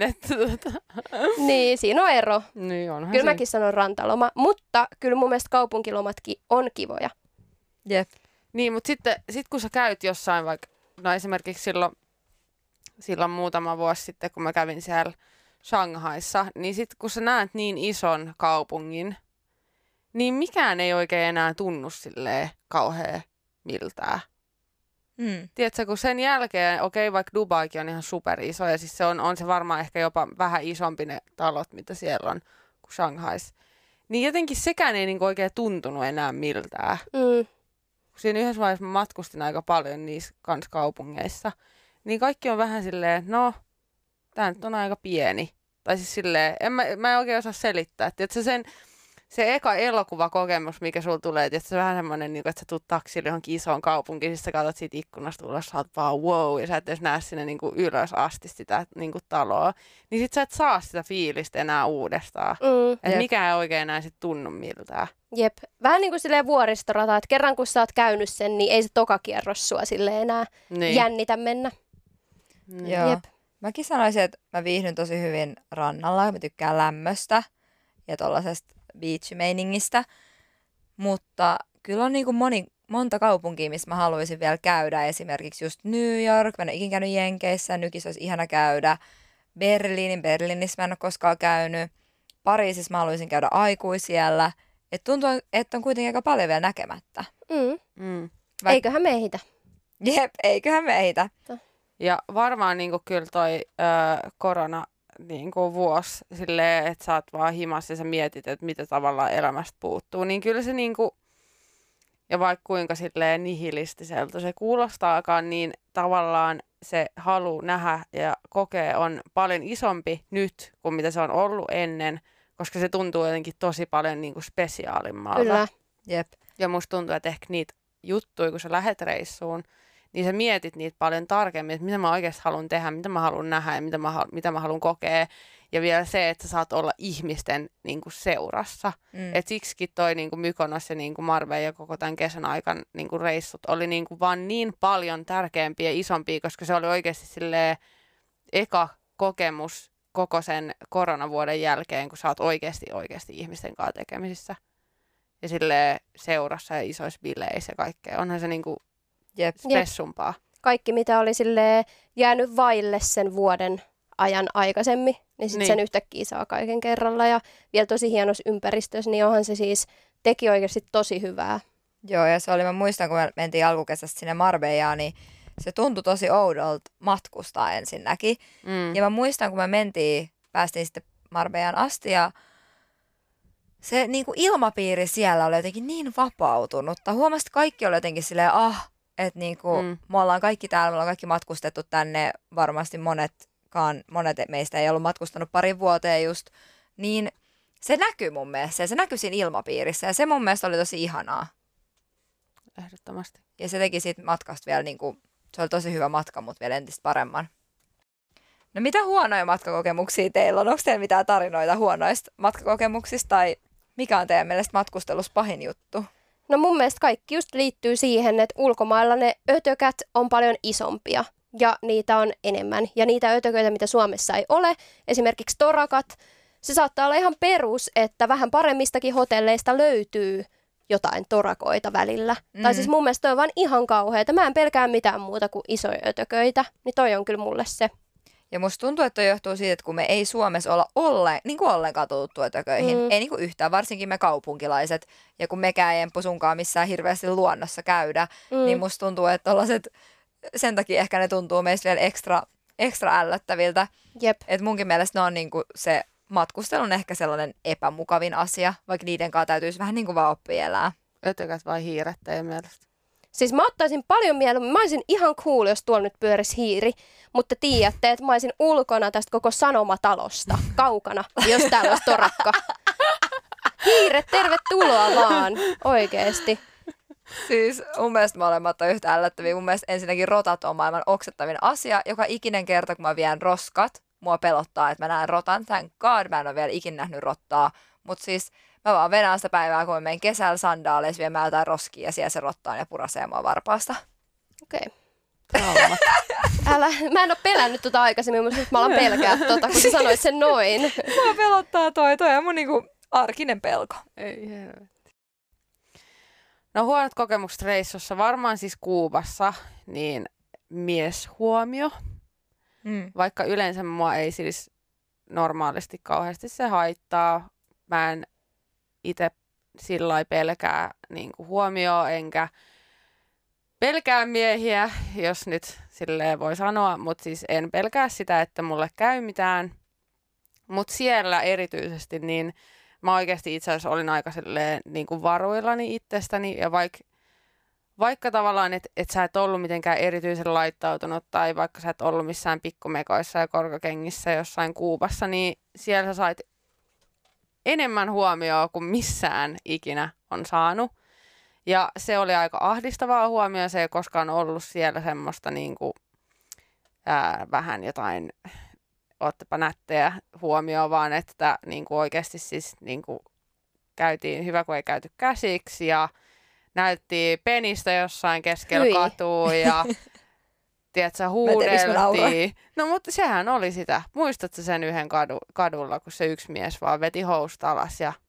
Niin, siinä on ero. Niin onhan kyllä mäkin sanon rantaloma, mutta kyllä mun mielestä kaupunkilomatkin on kivoja. Jep. Niin, mutta sitten kun sä käyt jossain vaikka, no esimerkiksi silloin muutama vuosi sitten, kun mä kävin siellä Shanghaissa, niin sitten kun sä näet niin ison kaupungin, niin mikään ei oikein enää tunnu silleen kauhean miltään. Tiedätkö, kun sen jälkeen, vaikka Dubaikin on ihan superiso, ja siis se on se varmaan ehkä jopa vähän isompi ne talot, mitä siellä on, kuin Shanghais. Niin jotenkin sekään ei niinku oikein tuntunut enää miltään. Siinä yhdessä vaiheessa mä matkustin aika paljon niissä kans kaupungeissa. Niin kaikki on vähän silleen, että no, tää nyt on aika pieni. Tai siis silleen, mä en oikein osaa selittää. Tiedätkö, se eka elokuvakokemus, mikä sulla tulee, että se on vähän semmoinen, että sä tuut taksille johonkin isoon kaupunkiin, siis sä katsot siitä ikkunasta ulos, sä oot vaan wow, ja sä et edes näe sinne niin kuin ylös asti sitä niin kuin taloa. Niin sit sä et saa sitä fiilistä enää uudestaan. Että mikä ei oikein enää sit tunnu miltään. Jep. Vähän niin kuin silleen vuoristorata, että kerran kun sä oot käynyt sen, niin ei se toka kierros sua silleen enää jännitä mennä. Joo. Jep. Mäkin sanoisin, että mä viihdyn tosi hyvin rannalla, mä tykkään lämmöstä ja tollasesta beach-meiningistä, mutta kyllä on niinku monta kaupunkia, missä mä haluaisin vielä käydä. Esimerkiksi just New York, mä en ole ikinä käynyt Jenkeissä, nykissä olisi ihana käydä. Berliinissä mä en ole koskaan käynyt. Pariisissa mä haluaisin käydä aikuisiellä. Et tuntuu, että on kuitenkin aika paljon vielä näkemättä. Eiköhän me ehitä. Jep, eiköhän me ehitä. Ja varmaan niinku kyllä toi korona niinku vuosi silleen, että sä oot vaan himassa ja sä mietit, että mitä tavallaan elämästä puuttuu, niin kyllä se niinku, ja vaikka kuinka silleen nihilistiseltä se kuulostaakaan, niin tavallaan se halu nähdä ja kokea on paljon isompi nyt kuin mitä se on ollut ennen, koska se tuntuu jotenkin tosi paljon niinku spesiaalimmalta. Kyllä. Jep. Ja musta tuntuu, että ehkä niitä juttuja, kun sä lähet reissuun, niin sä mietit niitä paljon tarkemmin, että mitä mä oikeasti haluan tehdä, mitä mä haluan nähdä ja mitä mä haluan kokea. Ja vielä se, että sä saat olla ihmisten niin kuin seurassa. Et siksikin toi niin kuin Mykonos ja niin kuin Marbella ja koko tämän kesän aikana niin kuin reissut oli niin kuin vaan niin paljon tärkeämpiä ja isompia, koska se oli oikeasti silleen eka kokemus koko sen koronavuoden jälkeen, kun sä oot oikeasti ihmisten kanssa tekemisissä. Ja silleen seurassa ja isoissa bileissä ja kaikkea. Onhan se niinku spessumpaa. Kaikki, mitä oli silleen jäänyt vaille sen vuoden ajan aikaisemmin, niin sitten sen yhtäkkiä saa kaiken kerralla. Ja vielä tosi hienossa ympäristössä, niin onhan se siis teki oikeasti tosi hyvää. Joo, ja se oli, mä muistan, kun me mentiin alkukesästä sinne Marbellaan, niin se tuntui tosi oudolta matkustaa ensinnäkin. Ja mä muistan, kun me päästiin sitten Marbellaan asti ja se niin kuin ilmapiiri siellä oli jotenkin niin vapautunutta. Huomasin, että kaikki oli jotenkin silleen, että niin kuin, me ollaan kaikki täällä, me ollaan kaikki matkustettu tänne, varmasti monet meistä ei ollut matkustanut pari vuoteen just, niin se näkyy mun mielestä, se näkyy siinä ilmapiirissä ja se mun mielestä oli tosi ihanaa. Ehdottomasti. Ja se teki siitä matkasta vielä, niin kuin, se oli tosi hyvä matka, mutta vielä entistä paremman. No mitä huonoja matkakokemuksia teillä on? Onko teillä mitään tarinoita huonoista matkakokemuksista tai mikä on teidän mielestä matkustelussa pahin juttu? No mun mielestä kaikki just liittyy siihen, että ulkomailla ne ötökät on paljon isompia ja niitä on enemmän. Ja niitä ötököitä, mitä Suomessa ei ole, esimerkiksi torakat, se saattaa olla ihan perus, että vähän paremmistakin hotelleista löytyy jotain torakoita välillä. Tai siis mun mielestä toi on vaan ihan kauheata. Mä en pelkää mitään muuta kuin isoja ötököitä, niin toi on kyllä mulle se. Ja musta tuntuu, että toi johtuu siitä, että kun me ei Suomessa olla ollenkaan totuttu ötököihin, ei niin kuin yhtään, varsinkin me kaupunkilaiset, ja kun mekään ei Emppu sunkaan missään hirveästi luonnossa käydä, niin musta tuntuu, että sen takia ehkä ne tuntuu meistä vielä ekstra ällöttäviltä. Jep. Et munkin mielestä ne on niin kuin se matkustelun ehkä sellainen epämukavin asia, vaikka niiden kanssa täytyisi vähän niin kuin vaan oppia elää. Ötökät vai hiiret teidän mielestä? Siis mä ottaisin paljon mieluummin, mä olisin ihan cool, jos tuolla nyt pyörisi hiiri, mutta tiedätte, että mä olisin ulkona tästä koko sanomatalosta, kaukana, jos täällä olisi torakka. Hiiret, tervetuloa vaan, oikeesti. Siis mun mielestä molemmat on yhtä ällöttäviä. Mun mielestä ensinnäkin rotat on maailman oksettavin asia. Joka ikinen kerta, kun mä vien roskat, mua pelottaa, että mä näen rotan. Thank God, mä en ole vielä ikinä nähnyt rottaa. Mutta siis mä vaan venään sitä päivää, kun mä menen kesällä sandaaleissa viemään jotain roskia ja siellä se rottaan ja purasee mua varpaasta. Okei. Mä en ole pelännyt tota aikaisemmin, mutta nyt mä alan pelkää kun sä sanoit sen noin. Mua pelottaa toi on mun niinku arkinen pelko. Ei helvetti. No huonot kokemukset reissussa, varmaan siis Kuubassa, niin mieshuomio. Vaikka yleensä mua ei siis normaalisti kauheasti se haittaa. Mä en itse sillai pelkää niin kuin huomioon, enkä pelkää miehiä, jos nyt silleen voi sanoa, mutta siis en pelkää sitä, että mulle käy mitään. Mutta siellä erityisesti, niin mä oikeasti itse asiassa olin aika silleen niin kuin varuillani itsestäni, ja vaikka tavallaan, että sä et ollut mitenkään erityisen laittautunut, tai vaikka sä et ollut missään pikkumekoissa ja korkokengissä jossain Kuubassa, niin siellä sä sait enemmän huomioon kuin missään ikinä on saanut. Ja se oli aika ahdistavaa huomioon, se ei koskaan ollut siellä semmoista niin kuin, vähän jotain, oottepa nättejä huomioon, vaan että niin kuin oikeasti siis niin kuin käytiin, hyvä kun ei käyty käsiksi ja näyttiin penistä jossain keskellä katua ja tiedätkö, huudeltiin. No mutta sehän oli sitä. Muistatko sen yhden kadulla, kun se yksi mies vaan veti housut alas ja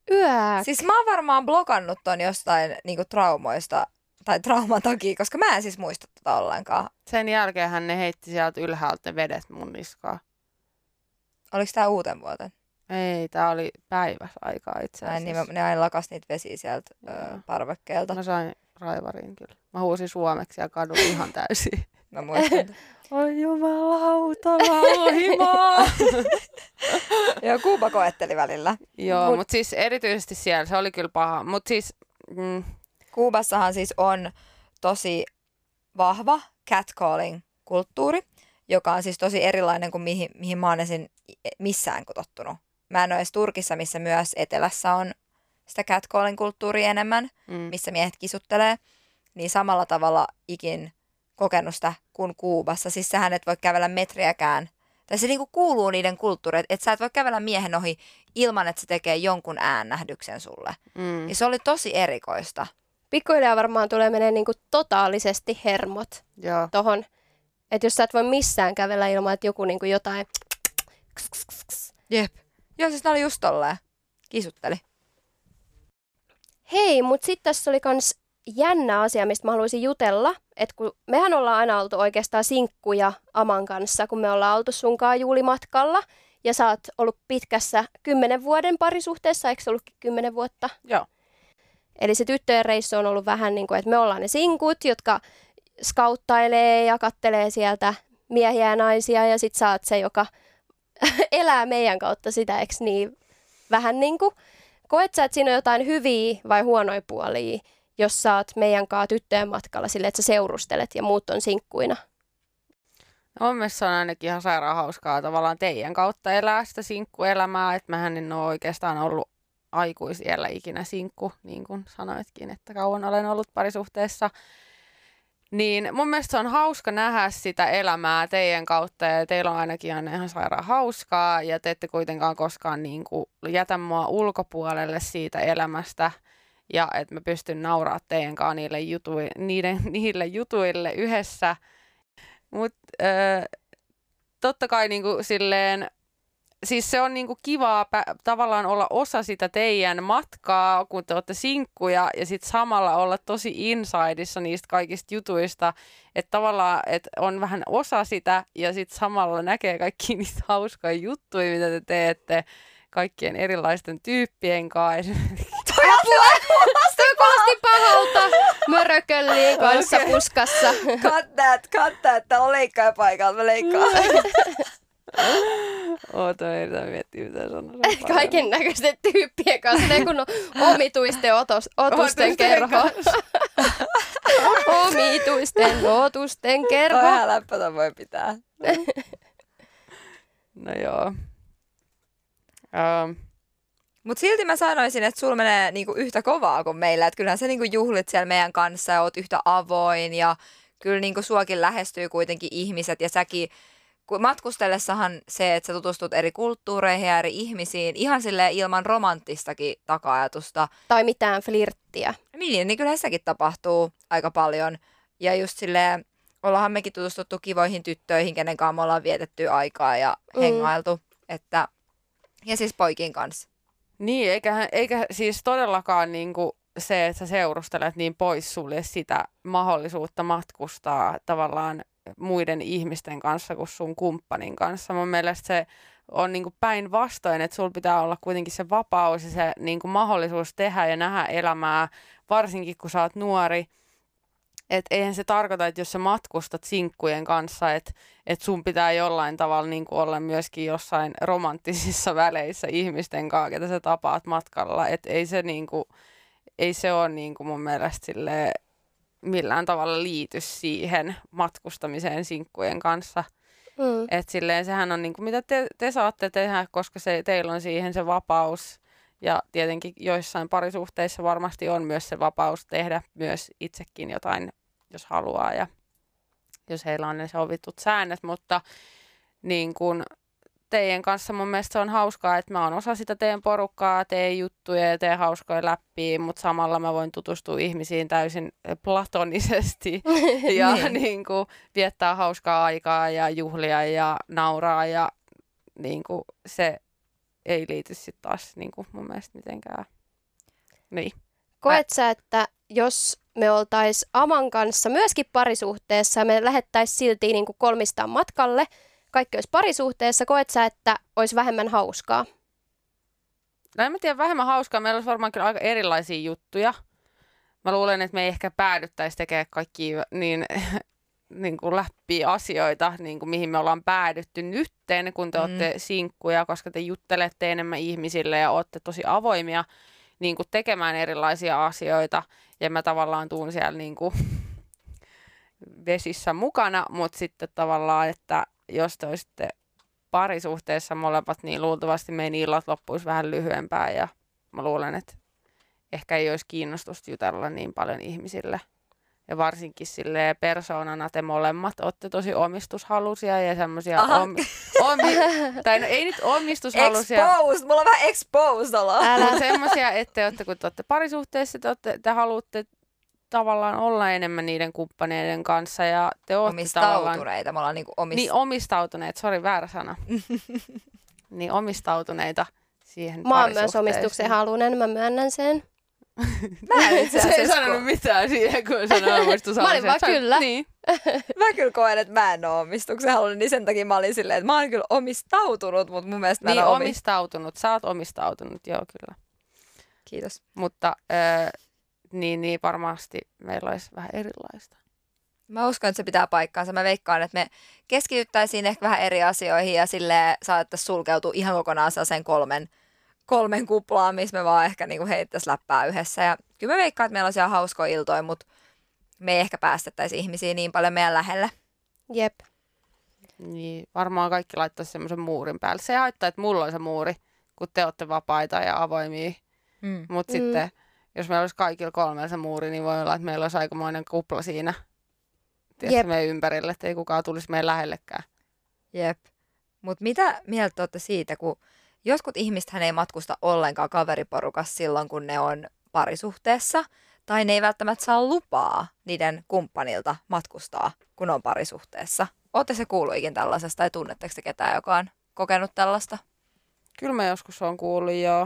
Siis mä oon varmaan blokannut ton jostain niinku traumoista tai trauman takia, koska mä en siis muista tota ollenkaan. Sen jälkeenhän ne heitti sieltä ylhäältä ne vedet mun niskaan. Oliko tää uuten vuoten? Ei, tää oli päiväsaikaa itse asiassa. Niin, ne aina lakas niitä vesiä sieltä parvekkeelta. Mä sain raivarin kyllä. Mä huusin suomeksi ja kadun ihan täysin. Mä muistan. Oi jumalauta, lauhimaa! Joo, Kuuba koetteli välillä. Joo, mutta siis erityisesti siellä se oli kyllä paha. Mut siis, Kuubassahan siis on tosi vahva catcalling-kulttuuri, joka on siis tosi erilainen kuin mihin mä oon esim. Missään tottunut. Mä en ole edes Turkissa, missä myös etelässä on sitä catcalling-kulttuuria enemmän, missä miehet kisuttelee, niin samalla tavalla ikin kokenut sitä kuin Kuubassa. Siis sähän et voi kävellä metriäkään. Tai se niinku kuuluu niiden kulttuuriin, että sä et voi kävellä miehen ohi ilman, että se tekee jonkun äännähdyksen sulle. Ja se oli tosi erikoista. Pikkuhiljaa varmaan tulee menee niinku totaalisesti hermot tohon. Että jos sä et voi missään kävellä ilman, että joku niinku jotain... Jep. Joo, siis ne oli just tolleen. Kisutteli. Hei, mutta sitten tässä oli kans jännä asia, mistä mä haluaisin jutella. Että kun mehän ollaan aina oltu oikeastaan sinkkuja Aman kanssa, kun me ollaan oltu sunkaan juulimatkalla. Ja sä oot ollut pitkässä 10 vuoden parisuhteessa, eikö se ollutkin 10 vuotta? Joo. Eli se tyttöjen reissu on ollut vähän niin kuin, että me ollaan ne sinkut, jotka skauttailee ja kattelee sieltä miehiä ja naisia. Ja sit sä oot se, joka elää meidän kautta sitä, eikö niin? Vähän niin kuin, koet sä, että siinä on jotain hyviä vai huonoja puolia, jos sä oot meidän kanssa tyttöjen matkalla silleen, että sä seurustelet ja muut on sinkkuina? No, mun mielestä se on ainakin ihan sairaan hauskaa tavallaan teidän kautta elää sitä sinkkuelämää, että mähän en ole oikeastaan ollut aikuisiellä ikinä sinkku, niin kuin sanoitkin, että kauan olen ollut parisuhteessa. Niin mun mielestä se on hauska nähdä sitä elämää teidän kautta ja teillä on ainakin aina ihan sairaan hauskaa ja te ette kuitenkaan koskaan niin kuin jätä mua ulkopuolelle siitä elämästä ja että mä pystyn nauraa teidän kanssa niille jutuille yhdessä. Mutta totta kai niinku silleen, siis se on niinku kivaa tavallaan olla osa sitä teidän matkaa, kun te olette sinkkuja ja sitten samalla olla tosi insideissa niistä kaikista jutuista, että tavallaan et on vähän osa sitä ja sitten samalla näkee kaikki niitä hauskoja juttuja, mitä te teette kaikkien erilaisten tyyppien kanssa. Toi kuulosti pahalta. Mörökölliin kanssa puskassa. Cut that. Täällä on leikkaaja paikalla, mä leikkaan. Oota, yritän miettiä, mitä sanoa. Kaiken näköisten tyyppien kanssa, ne kun on omituisten otusten kerho. Omituisten otusten kerho. Toi läppötä voi pitää. No joo. Mut silti mä sanoisin, että sulla menee niinku yhtä kovaa kuin meillä. Että kyllähän sä niinku juhlit siellä meidän kanssa ja oot yhtä avoin. Ja kyllä niinku suakin lähestyy kuitenkin ihmiset. Ja säkin, kun matkustellessahan se, että sä tutustut eri kulttuureihin ja eri ihmisiin, ihan silleen ilman romanttistakin taka-ajatusta. Tai mitään flirttiä. Niin kyllähän sitäkin tapahtuu aika paljon. Ja just silleen, ollaanhan mekin tutustuttu kivoihin tyttöihin, kenen kanssa me ollaan vietetty aikaa ja hengailtu. Että, ja siis poikin kanssa. Niin, eikä siis todellakaan niinku se, että sä seurustelet niin poissulje sitä mahdollisuutta matkustaa tavallaan muiden ihmisten kanssa kuin sun kumppanin kanssa. Mun mielestä se on niinku päinvastoin, että sulla pitää olla kuitenkin se vapaus ja se niinku mahdollisuus tehdä ja nähdä elämää, varsinkin kun sä oot nuori. Että eihän se tarkoita, että jos sä matkustat sinkkujen kanssa, että sun pitää jollain tavalla niin kuin olla myöskin jossain romanttisissa väleissä ihmisten kanssa, ketä sä tapaat matkalla. Että ei se ole niin kuin mun mielestä millään tavalla liity siihen matkustamiseen sinkkujen kanssa. Että silleen sehän on niin kuin mitä te saatte tehdä, koska teillä on siihen se vapaus. Ja tietenkin joissain parisuhteissa varmasti on myös se vapaus tehdä myös itsekin jotain, jos haluaa ja jos heillä on ne sovitut säännöt, mutta niin kuin teidän kanssa mun mielestä se on hauskaa, että mä oon osa sitä teidän porukkaa, teen juttuja ja teen hauskoja läppiä, mutta samalla mä voin tutustua ihmisiin täysin platonisesti ja niin kuin viettää hauskaa aikaa ja juhlia ja nauraa ja niin kuin se ei liity sitten taas niin kuin mun mielestä mitenkään Niin. Koet sä, että jos me oltais Aman kanssa myöskin parisuhteessa ja me lähettäisiin silti niin kuin kolmistaan matkalle, kaikki olisi parisuhteessa, koet sä, että olisi vähemmän hauskaa? No en mä tiedä, vähemmän hauskaa. Meillä olisi varmaan kyllä aika erilaisia juttuja. Mä luulen, että me ei ehkä päädyttäisi tekemään kaikkia niin kuin läppiä asioita, niin kuin mihin me ollaan päädytty nytten, kun te olette sinkkuja, koska te juttelette enemmän ihmisille ja olette tosi avoimia niin kuin tekemään erilaisia asioita. Ja mä tavallaan tuun siellä niin kuin vesissä mukana, mutta sitten tavallaan, että jos te olisitte parisuhteessa molemmat, niin luultavasti meidän illat loppuisi vähän lyhyempää ja mä luulen, että ehkä ei olisi kiinnostusta jutella niin paljon ihmisille. Ja varsinkin silleen persoonana te molemmat olette tosi omistushalusia ja semmoisia tai no ei nyt omistushalusia. Exposed! Mulla on vähän exposed olo. Mutta semmoisia, että kun te olette parisuhteessa, te haluatte tavallaan olla enemmän niiden kumppaneiden kanssa ja te olette omistautuneita. Me ollaan niin omistautuneet, sori väärä sana. Niin omistautuneita siihen Mä oon myös parisuhteeseen. omistuksen halunen, mä myönnän sen. Mä en itse Se ei asiassa sanonut mitään siihen, kun sanoi omistushalusia. Mä olin vaan kyllä. Niin. Mä kyllä koen, että mä en ole omistuksen halunnut, niin sen takia mä olin silleen, että mä oon kyllä omistautunut, mutta mun mielestä mä en Niin, ole omistautunut. Sä oot omistautunut, joo kyllä. Kiitos. Mutta niin varmasti meillä olisi vähän erilaista. Mä uskon, että se pitää paikkaansa. Mä veikkaan, että me keskityttäisiin ehkä vähän eri asioihin ja silleen saatettaisiin sulkeutua ihan kokonaan sen kolmen kuplaan, missä me vaan ehkä niinku heittäisiin läppää yhdessä. Ja kyllä mä veikkaan, että meillä on siellä hauskoja iltoja, mutta me ei ehkä päästettäisi ihmisiä niin paljon meidän lähelle. Jep. Niin, varmaan kaikki laittaisi semmoisen muurin päälle. Se ei haittaa, että mulla on se muuri, kun te olette vapaita ja avoimia. Mutta sitten, jos meillä olisi kaikilla kolmella se muuri, niin voi olla, että meillä olisi aikamoinen kupla siinä. Tiedätkö, meidän ympärille, että ei kukaan tulisi meidän lähellekään. Jep. Mutta mitä mieltä olette siitä, kun jotkut ihmisethän ei matkusta ollenkaan kaveriporukassa silloin, kun ne on parisuhteessa, tai ne ei välttämättä saa lupaa niiden kumppanilta matkustaa, kun on parisuhteessa. Ootte se kuuluikin tällaisesta, tai tunnetteko te ketään, joka on kokenut tällaista? Kyllä mä joskus on kuullut, joo.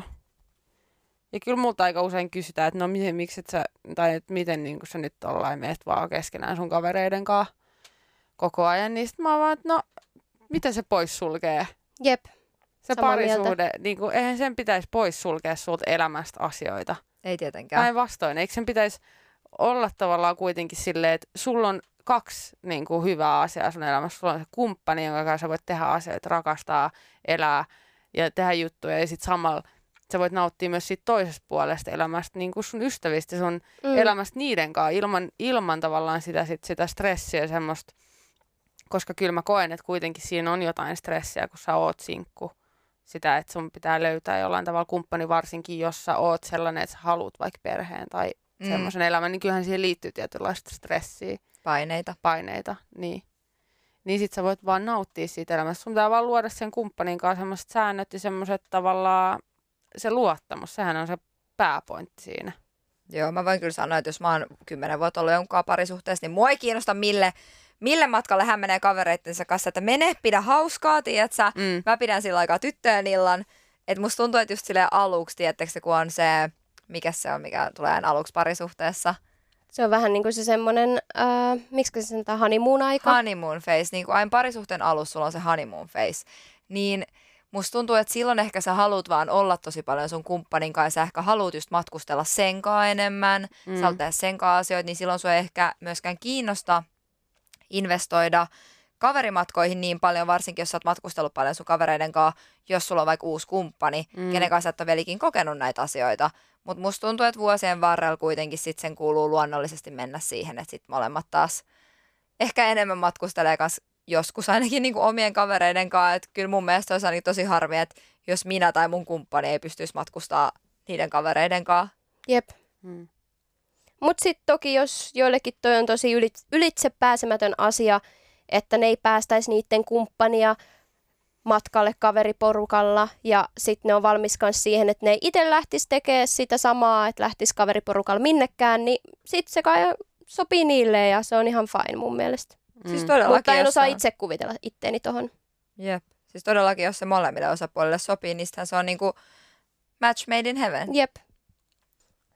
Ja kyllä multa aika usein kysytään, että no miksi et sä, tai että miten niin sä nyt ollaan meet vaan keskenään sun kavereiden kanssa koko ajan. Niin sit mä oon vaan, että no, miten se poissulkee? Jep. Se Samaa parisuhde, niin kuin, eihän sen pitäisi poissulkea sulta elämästä asioita. Ei tietenkään. Päinvastoin, eikö sen pitäisi olla tavallaan kuitenkin silleen, että sulla on kaksi niin kuin, hyvää asiaa sun elämässä. Sulla on se kumppani, jonka kanssa sä voit tehdä asioita, rakastaa, elää ja tehdä juttuja. Ja sitten samalla sä voit nauttia myös siitä toisesta puolesta elämästä, niin kuin sun ystävistä, sun elämästä niiden kanssa, ilman tavallaan sitä stressiä ja semmoista. Koska kyllä mä koen, että kuitenkin siinä on jotain stressiä, kun sä oot sinkku. Sitä, että sun pitää löytää jollain tavalla kumppani, varsinkin jos sä oot sellainen, että sä haluat vaikka perheen tai semmoisen elämän, niin kyllähän siihen liittyy tietynlaista stressiä. Paineita, niin. Niin sit sä voit vaan nauttia siitä elämästä. Sun pitää vaan luoda sen kumppanin kanssa semmoiset säännöt ja semmoiset tavallaan se luottamus. Sehän on se pääpointti siinä. Joo, mä voin kyllä sanoa, että jos mä oon 10 vuotta ollut jonkun parisuhteessa, niin mua ei kiinnosta mille matkalle hän menee kavereittensa kanssa, että mene, pidä hauskaa, tiedätkö? Mä pidän sillä aikaa tyttöjen illan. Että musta tuntuu, että just silleen aluksi, tiedättekö se, kun on se, mikä tulee aluksi parisuhteessa. Se on vähän niin kuin se semmoinen, miksi se sanotaan, honeymoon-aika? Honeymoon phase, niin kuin aina parisuhteen alussa sulla on se honeymoon phase. Niin musta tuntuu, että silloin ehkä sä haluat vaan olla tosi paljon sun kumppanin kanssa, sä ehkä haluat just matkustella sen kanssa enemmän, sä haluat tehdä sen kanssa asioita, niin silloin sua ei ehkä myöskään kiinnosta investoida kaverimatkoihin niin paljon, varsinkin jos sä oot matkustellut paljon sun kavereiden kanssa, jos sulla on vaikka uusi kumppani, kenen kanssa et ole velikin kokenut näitä asioita. Mutta musta tuntuu, että vuosien varrella kuitenkin sit sen kuuluu luonnollisesti mennä siihen, että sit molemmat taas ehkä enemmän matkustelee kanssa joskus ainakin niin kuin omien kavereiden kanssa. Että kyllä mun mielestä olisi ainakin tosi harmi, että jos minä tai mun kumppani ei pystyisi matkustaa niiden kavereiden kanssa. Jep. Mutta sitten toki, jos joillekin toi on tosi ylitse pääsemätön asia, että ne ei päästäisi niiden kumppania matkalle kaveriporukalla ja sitten ne on valmis myös siihen, että ne ei itse lähtisi tekemään sitä samaa, että lähtisi kaveriporukalla minnekään, niin sitten se kai sopii niille ja se on ihan fine mun mielestä. Siis mutta en osaa itse kuvitella itteeni tohon. Jep. Siis todellakin, jos se molemmille osapuolille sopii, niin se on niinku match made in heaven. Jep.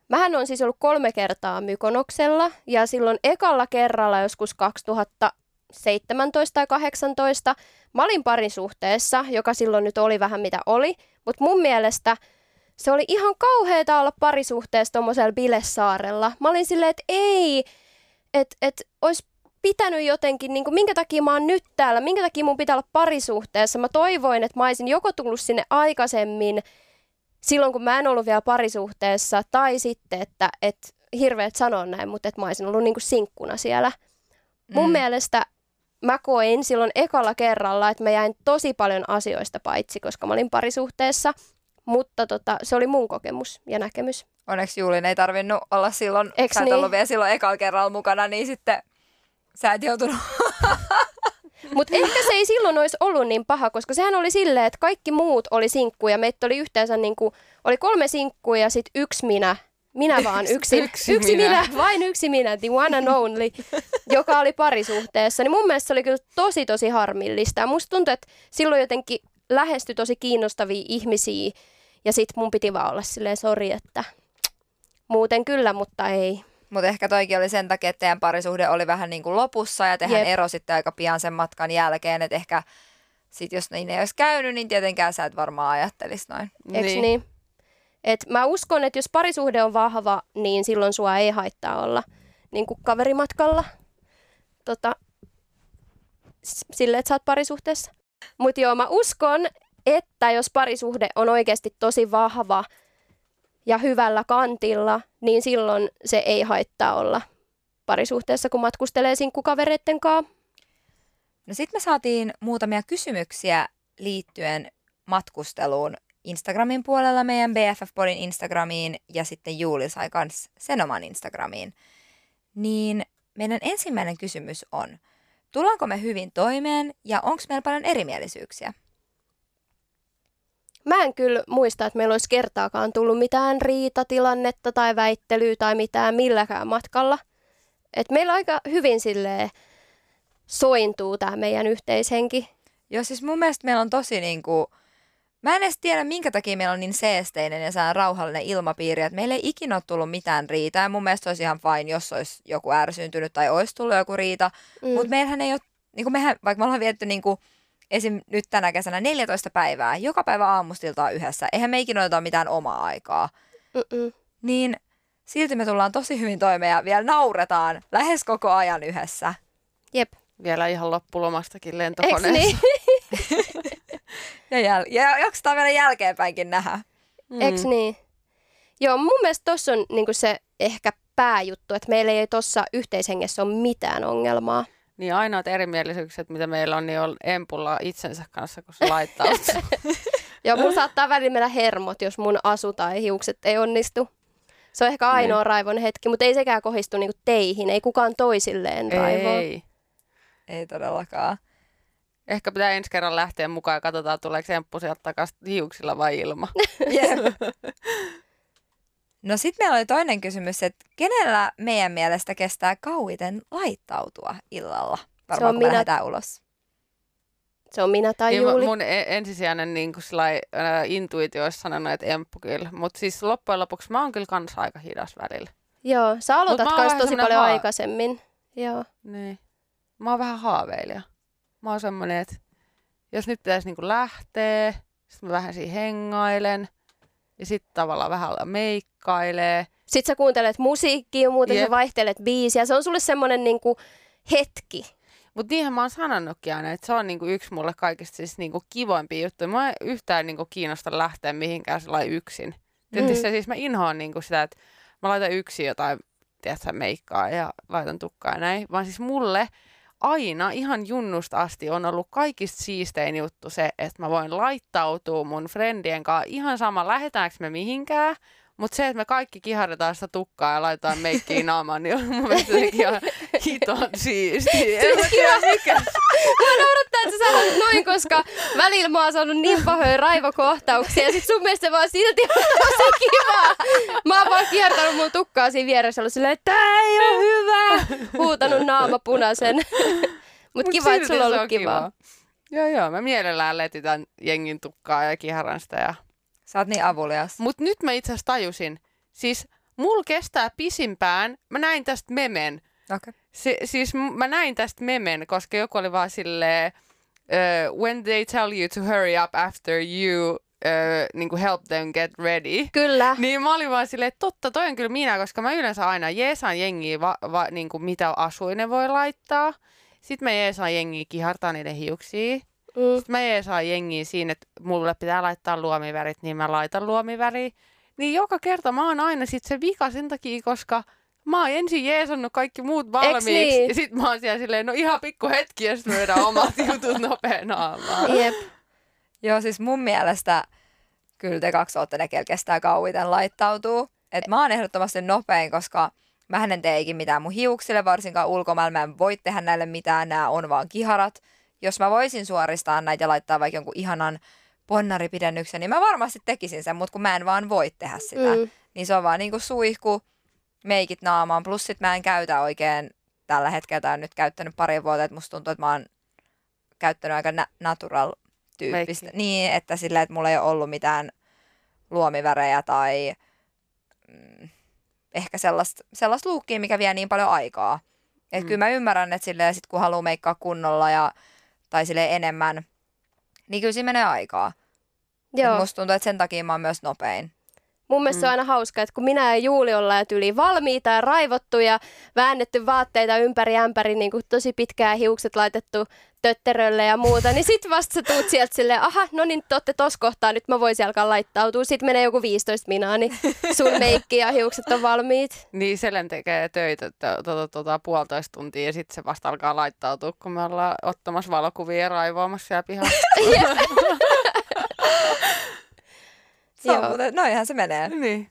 Mähän on siis ollut 3 kertaa Mykonoksella ja silloin ekalla kerralla joskus 2017 tai 2018 mä olin parisuhteessa, joka silloin nyt oli vähän mitä oli, mutta mun mielestä se oli ihan kauheeta olla parisuhteessa tommosella Bilesaarella. Mä olin silleen, että ei, että olisi pitänyt jotenkin, niin kuin, minkä takia mä oon nyt täällä, minkä takia mun pitää olla parisuhteessa. Mä toivoin, että mä olisin joko tullut sinne aikaisemmin, silloin kun mä en ollut vielä parisuhteessa, tai sitten, että hirveet sanoa näin, mutta että mä olisin ollut niin kuin sinkkuna siellä. Mun mielestä mä koin silloin ekalla kerralla, että mä jäin tosi paljon asioista paitsi, koska mä olin parisuhteessa, mutta se oli mun kokemus ja näkemys. Onneksi Juulin ei tarvinnut olla silloin, Eks sä et niin? ollut vielä silloin ekalla kerralla mukana, niin sitten sä et joutunut. Mutta ehkä se ei silloin olisi ollut niin paha, koska sehän oli silleen, että kaikki muut oli sinkkuja. Meitä oli yhteensä oli 3 sinkkua ja sitten yksi minä. Minä vaan yksin. Yksi minä, vain yksi minä, the one and only, joka oli parisuhteessa. Niin mun mielestä se oli kyllä tosi tosi harmillista. Ja musta tuntui, että silloin jotenkin lähestyi tosi kiinnostavia ihmisiä. Ja sit mun piti vaan olla silleen sori, että muuten kyllä, mutta ei. Mutta ehkä toikin oli sen takia, että teidän parisuhde oli vähän niin kuin lopussa ja tehän erositte aika pian sen matkan jälkeen. Että ehkä sit jos niin ei olisi käynyt, niin tietenkään sä et varmaan ajattelisi noin. Eiks niin? Et mä uskon, että jos parisuhde on vahva, niin silloin sua ei haittaa olla niin kuin kaverimatkalla silleen, että sä oot parisuhteessa. Mutta joo, mä uskon, että jos parisuhde on oikeasti tosi vahva ja hyvällä kantilla, niin silloin se ei haittaa olla parisuhteessa, kun matkustelee sinkkukavereitten kanssa. No sit me saatiin muutamia kysymyksiä liittyen matkusteluun Instagramin puolella, meidän BFF-podin Instagramiin ja sitten Juuli sai kans sen oman Instagramiin. Niin meidän ensimmäinen kysymys on, tullaanko me hyvin toimeen ja onko meillä paljon erimielisyyksiä? Mä en kyllä muista, että meillä olisi kertaakaan tullut mitään riitatilannetta tai väittelyä tai mitään milläkään matkalla. Et meillä aika hyvin silleen sointuu tämä meidän yhteishenki. Joo, siis mun mielestä meillä on tosi niinku, mä en edes tiedä minkä takia meillä on niin seesteinen ja sellainen rauhallinen ilmapiiri, että meillä ei ikinä ole tullut mitään riitaa. Ja mun mielestä olisi ihan fine, jos olisi joku ärsyyntynyt tai olisi tullut joku riita. Mutta meillähän ei ole, niinku mehän, vaikka me ollaan vietty niinku, esim. Nyt tänä kesänä 14 päivää, joka päivä aamustiltaan yhdessä. Eihän me ikinä ota mitään omaa aikaa. Niin silti me tullaan tosi hyvin toimeen ja vielä nauretaan lähes koko ajan yhdessä. Jep. Vielä ihan loppulomastakin lentokoneessa. Eiks niin? Ja jaksetaan vielä jälkeenpäinkin nähdä. Eiks niin? Joo, mun mielestä tossa on niinku se ehkä pääjuttu, että meillä ei tossa yhteishengessä ole mitään ongelmaa. Niin ainoat erimielisyydet, mitä meillä on, niin on Empulla itsensä kanssa, kun se laittautuu. Joo, mun saattaa välillä mennä hermot, jos mun asu tai hiukset ei onnistu. Se on ehkä ainoa raivon hetki, mutta ei sekään kohdistu niinku teihin, ei kukaan toisilleen raivoa. Ei todellakaan. Ehkä pitää ensi kerran lähteä mukaan ja katsotaan, tuleeko Emppu sieltä takaisin hiuksilla vai ilman. Jep. No sit meillä oli toinen kysymys, että kenellä meidän mielestä kestää kauiten laittautua illalla? Varmaan kun lähdetään ulos. Se on minä tai niin Juuli. Mun ensisijainen niin intuitio olisi sanonut, että Emppu kyllä. Mutta siis loppujen lopuksi mä oon kyllä kans aika hidas välillä. Joo, sä aloitat kans tosi paljon vähän aikaisemmin. Joo. Niin. Mä oon vähän haaveilija. Mä oon semmonen, että jos nyt pitäisi niinku lähteä, sit mä vähän siinä hengailen. Ja sit tavallaan vähän meikkailee. Sit sä kuuntelet musiikkia ja muuten sä vaihtelet biisiä. Se on sulle semmonen niinku hetki. Mut niinhän mä oon sanonutkin aina, että se on niinku yksi mulle kaikista siis niinku kivoimpia juttuja. Mä en yhtään niinku kiinnosta lähteä mihinkään sellainen yksin. Tietysti siis mä inhoan niinku sitä, että mä laitan yksin jotain, tiedätkö, meikkaa ja laitan tukkaa ja näin. Vaan siis mulle aina ihan junnusta asti on ollut kaikista siistein juttu se, että mä voin laittautua mun friendien kanssa ihan sama, lähdetäänkö me mihinkään. Mutta se, että me kaikki kiharretaan sitä tukkaa ja laitetaan meikkiä naamaan, niin on mun mielestä ihan hiton siistiä. En mä tiedä mikä. Mä naurattaa, että sä sanot noin, koska välillä mä oon saanut niin pahoja raivokohtauksia. Ja sit sun mielestä vaan silti on tosi kivaa. Mä oon vaan kiertänyt mun tukkaa siinä vieressä, ollut silleen, että tää ei oo hyvä. Huutanut naama punaisen. Mut kiva, että sulla on ollut kivaa. Joo, mä mielellään letitän jengin tukkaa ja kiharran sitä ja... Sä oot niin avulias. Mut nyt mä itse asiassa tajusin, siis mulla kestää pisimpään, mä näin tästä memen. Okay. Siis mä näin tästä memen, koska joku oli vaan silleen, when they tell you to hurry up after you niinku help them get ready. Kyllä. Niin mä olin vaan silleen, että totta, toi on kyllä minä, koska mä yleensä aina jeesaan jengiä, niinku mitä asuinen voi laittaa. Sitten mä jeesaan jengiä kihartaa niiden hiuksia. Sitten mä jeesaan jengiä siinä, että mulle pitää laittaa luomivärit, niin mä laitan luomiväriä. Niin joka kerta mä oon aina sit se vika sen takia, koska mä oon ensin jeesannut kaikki muut valmiiksi. Niin? Ja sit mä oon siellä silleen, no ihan pikku hetki, ja sit me vedään omat jutut nopean aamaan. Jep. Joo, siis mun mielestä kyllä te kaksi ootte ne, kel kestää kauiten laittautuu. Et mä oon ehdottomasti nopein, koska mähän en tee mitään mun hiuksille, varsinkaan ulkomailla. Mä en voi tehdä näille mitään, nää on vaan kiharat. Jos mä voisin suoristaa näitä ja laittaa vaikka jonkun ihanan ponnaripidennyksen, niin mä varmasti tekisin sen, mutta kun mä en vaan voi tehdä sitä. Niin se on vaan niinku suihku, meikit naamaan, plus sit mä en käytä oikein tällä hetkellä, tai nyt käyttänyt pari vuotta, että musta tuntuu, että mä oon käyttänyt aika natural-tyyppistä. Niin, että silleen, että mulla ei ole ollut mitään luomivärejä tai ehkä sellaista luukkia, mikä vie niin paljon aikaa. Että kyllä mä ymmärrän, että silleen, sit kun haluaa meikkaa kunnolla tai silleen enemmän, niin kyllä siinä menee aikaa. Joo. Musta tuntuu, että sen takia mä oon myös nopein. Mun mielestä se on aina hauska, että kun minä ja Juuli ollaan tyyliin valmiita ja raivottu ja väännetty vaatteita ympäri ämpäri, niin kuin tosi pitkään hiukset laitettu tötterölle ja muuta, niin sit vasta sä tuut sieltä silleen, aha, no niin, te ootte tossa kohtaa, nyt mä voisin alkaa laittautua. Sitten menee joku 15 minaa, niin sun meikki ja hiukset on valmiit. Niin, Selen tekee töitä 1,5 tuntia ja sitten se vasta alkaa laittautua, kun me ollaan ottamassa valokuvia ja raivoamassa siellä pihassa. Noihän se menee. Niin.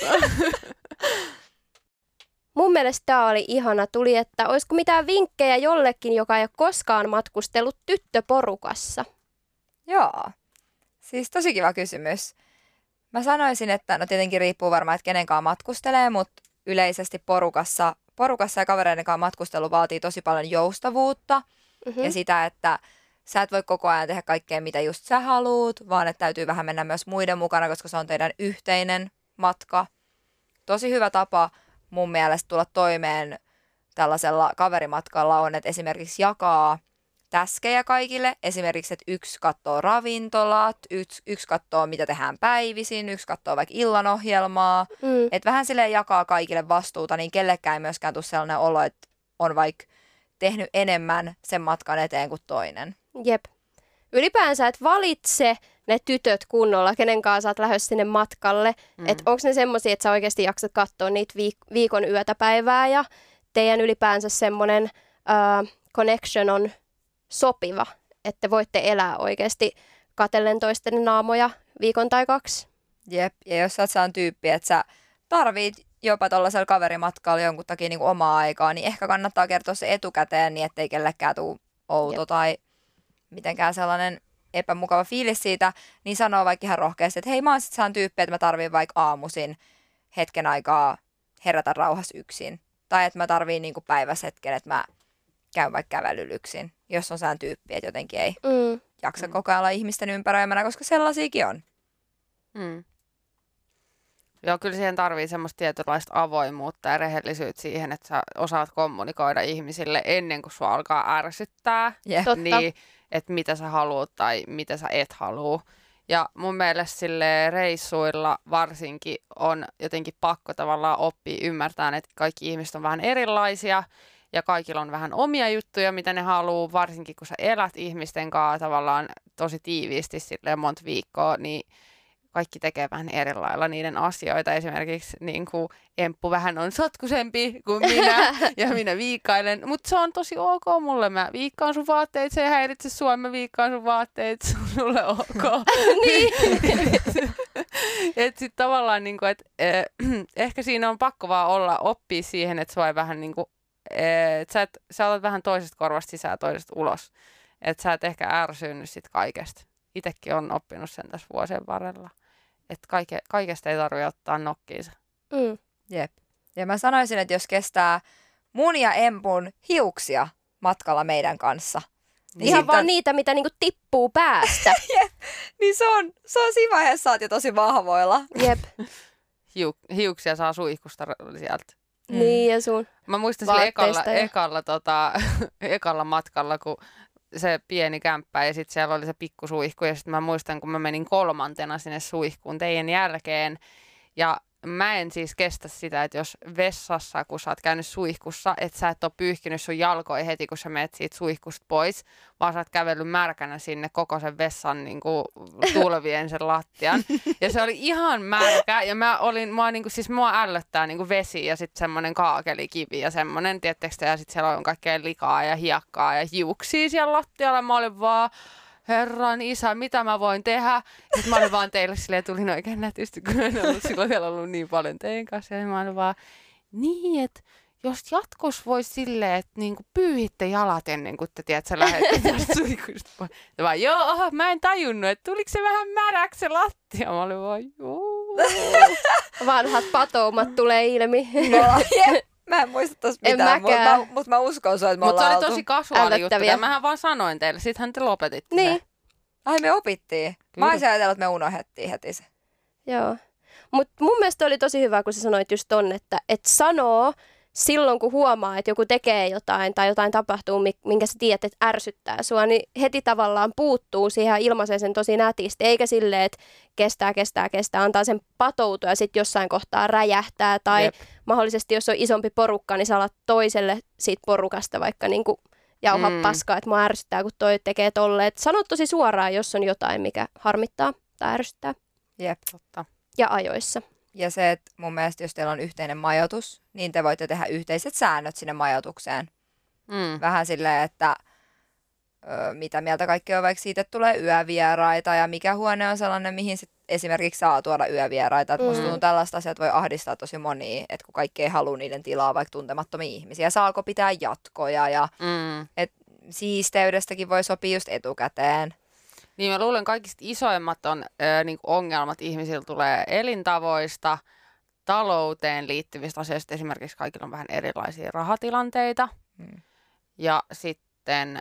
Mun mielestä tää oli ihana. Tuli, että olisiko mitään vinkkejä jollekin, joka ei ole koskaan matkustellut tyttöporukassa? Joo. Siis tosi kiva kysymys. Mä sanoisin, että no tietenkin riippuu varmaan, että kenen kanssa matkustelee, mutta yleisesti porukassa ja kavereiden kanssa matkustelu vaatii tosi paljon joustavuutta ja sitä, että sä et voi koko ajan tehdä kaikkea, mitä just sä haluut, vaan että täytyy vähän mennä myös muiden mukana, koska se on teidän yhteinen matka. Tosi hyvä tapa mun mielestä tulla toimeen tällaisella kaverimatkalla on, että esimerkiksi jakaa täskejä kaikille. Esimerkiksi, että yksi katsoo ravintolat, yksi katsoo, mitä tehdään päivisin, yksi katsoo vaikka illanohjelmaa. Että vähän silleen jakaa kaikille vastuuta, niin kellekään ei myöskään tule sellainen olo, että on vaikka tehnyt enemmän sen matkan eteen kuin toinen. Jep. Ylipäänsä, että valitse ne tytöt kunnolla, kenen kanssa sä oot lähdössä sinne matkalle. Että onko ne semmosia, että sä oikeasti jaksat katsoa niitä viikon yötä päivää ja teidän ylipäänsä semmoinen connection on sopiva, että voitte elää oikeasti katellen toisten naamoja viikon tai 2. Jep, ja jos sä oot sellainen tyyppi, että sä tarvit jopa tuollaisella kaverimatkalla jonkun takia niin kuin omaa aikaa, niin ehkä kannattaa kertoa se etukäteen niin, ettei kellekään tule outo tai mitenkään sellainen epämukava fiilis siitä, niin sanoo vaikka ihan rohkeasti, että hei, mä oon sit sellainen tyyppi, että mä tarviin vaikka aamuisin hetken aikaa herätä rauhassa yksin. Tai että mä tarviin niin kuin päivässä hetken, että mä käyn vaikka kävelyllä yksin, jos on sellainen tyyppi, että jotenkin ei jaksa koko ajan olla ihmisten ympäröimänä, koska sellaisiakin on. Joo, kyllä siihen tarvii semmoista tietynlaista avoimuutta ja rehellisyyttä siihen, että sä osaat kommunikoida ihmisille ennen kuin sua alkaa ärsyttää. Niin, että mitä sä haluat tai mitä sä et halua. Ja mun mielestä sille reissuilla varsinkin on jotenkin pakko tavallaan oppia ymmärtämään, että kaikki ihmiset on vähän erilaisia ja kaikilla on vähän omia juttuja, mitä ne haluaa, varsinkin kun sä elät ihmisten kanssa tavallaan tosi tiiviisti silleen monta viikkoa, niin kaikki tekee vähän eri lailla niiden asioita. Esimerkiksi niin kuin Emppu vähän on sotkusempi kuin minä ja minä viikkailen. Mutta se on tosi ok mulle. Mä viikkaan sun vaatteet, se ei häiritse sua. Mä viikkaan sun vaatteet, se on sulle ok. Niin. Että sit tavallaan, niin kuin, ehkä siinä on pakko vaan oppia siihen, että sua ei vähän niin kuin, että sä otat vähän toisesta korvasta sisään toisesta ulos. Että sä et ehkä ärsynyt sit kaikesta. Itsekin on oppinut sen tässä vuosien varrella. Että kaikesta ei tarvitse ottaa nokkiinsa. Jep. Ja mä sanoisin, että jos kestää mun ja Empun hiuksia matkalla meidän kanssa. Niin ihan vaan niitä, mitä niinku tippuu päästä. Jep. Niin se on siinä vaiheessa, sä oot jo tosi vahvoilla. Jep. hiuksia saa suihkusta sieltä. Niin ja sun Mä muistan vaatteista sille ja- ekalla matkalla, kun se pieni kämppä ja sitten siellä oli se pikkusuihku. Ja sitten mä muistan, kun mä menin 3. sinne suihkuun teidän jälkeen. Ja mä en siis kestä sitä, että jos vessassa, kun sä oot käynyt suihkussa, että sä et ole pyyhkinyt sun jalkoja heti, kun sä menet siitä suihkusta pois, vaan sä oot kävellyt märkänä sinne koko sen vessan niin kuin tulvien sen lattian. Ja se oli ihan märkä ja mua ällöttää niin kuin vesi ja sitten semmoinen kaakelikivi ja semmoinen, tiettekö te, ja sitten siellä on kaikkea likaa ja hiekkaa ja hiuksia siellä lattialla. Mä olin vaan, Herran isä, mitä mä voin tehdä? Sitten mä olin vaan teille silleen, tulin oikein nätisti, kun en ollut silloin vielä ollut niin paljon teidän kanssa. Ja mä olin vaan, niin, että jos jatkossa voisi silleen, että niinku pyyhitte jalat ennen kuin te tiedät, sä lähdette tästä suihkusta pois. Ja vaan, joo, mä en tajunnut, että tuliko se vähän märäksi se lattia? Mä olin vaan, joo. vanhat patoumat tulee ilmi. Mä en muista tossa En mitään, mäkään. mutta mä uskon sua, että me Mutta se ollaan oli oltu. tosi kasuaali juttu. ällöttäviä. Ja mähän vaan sanoin teille, sittenhän te lopetitte Niin, sen. Ai me opittiin. Kyllä. Mä olisin ajatellut, että me unohdettiin heti se. joo. Mutta mun mielestä oli tosi hyvä, kun sä sanoit just ton, että sanoo silloin, kun huomaa, että joku tekee jotain tai jotain tapahtuu, minkä sä tiedät, että ärsyttää sua, niin heti tavallaan puuttuu siihen ja ilmaisee sen tosi nätisti. Eikä silleen, että kestää, antaa sen patoutua ja sitten jossain kohtaa räjähtää. Tai Jep. mahdollisesti, jos on isompi porukka, niin sä alat toiselle siitä porukasta vaikka niinku jauhaa paskaa, että mua ärsyttää, kun toi tekee tolleen. Sano tosi suoraan, jos on jotain, mikä harmittaa tai ärsyttää. Jep. Totta. Ja ajoissa. Ja se, että mun mielestä jos teillä on yhteinen majoitus, niin te voitte tehdä yhteiset säännöt sinne majoitukseen. Vähän silleen, että mitä mieltä kaikki on, vaikka siitä, että tulee yövieraita ja mikä huone on sellainen, mihin sit esimerkiksi saa tuoda yövieraita. Että musta tuntuu tällaista asiat voi ahdistaa tosi monia, että kun kaikki ei halua niiden tilaa, vaikka tuntemattomia ihmisiä. Saako pitää jatkoja ja siisteydestäkin voi sopia just etukäteen. Niin mä luulen kaikista isoimmat on niinku ongelmat ihmisillä tulee elintavoista, talouteen liittyvistä asioista. Esimerkiksi kaikilla on vähän erilaisia rahatilanteita. Ja sitten,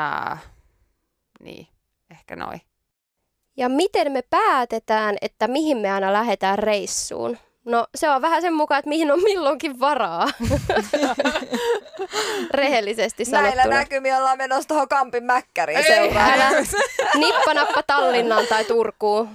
niin, ehkä noi. Ja miten me päätetään, että mihin me aina lähdetään reissuun? No se on vähän sen mukaan, että mihin on milloinkin varaa. Rehellisesti Näillä sanottuna. näkymiä ollaan menossa tuohon Kampin mäkkäriin Älä seuraavaksi. nippanappa Tallinnaan tai Turkuun.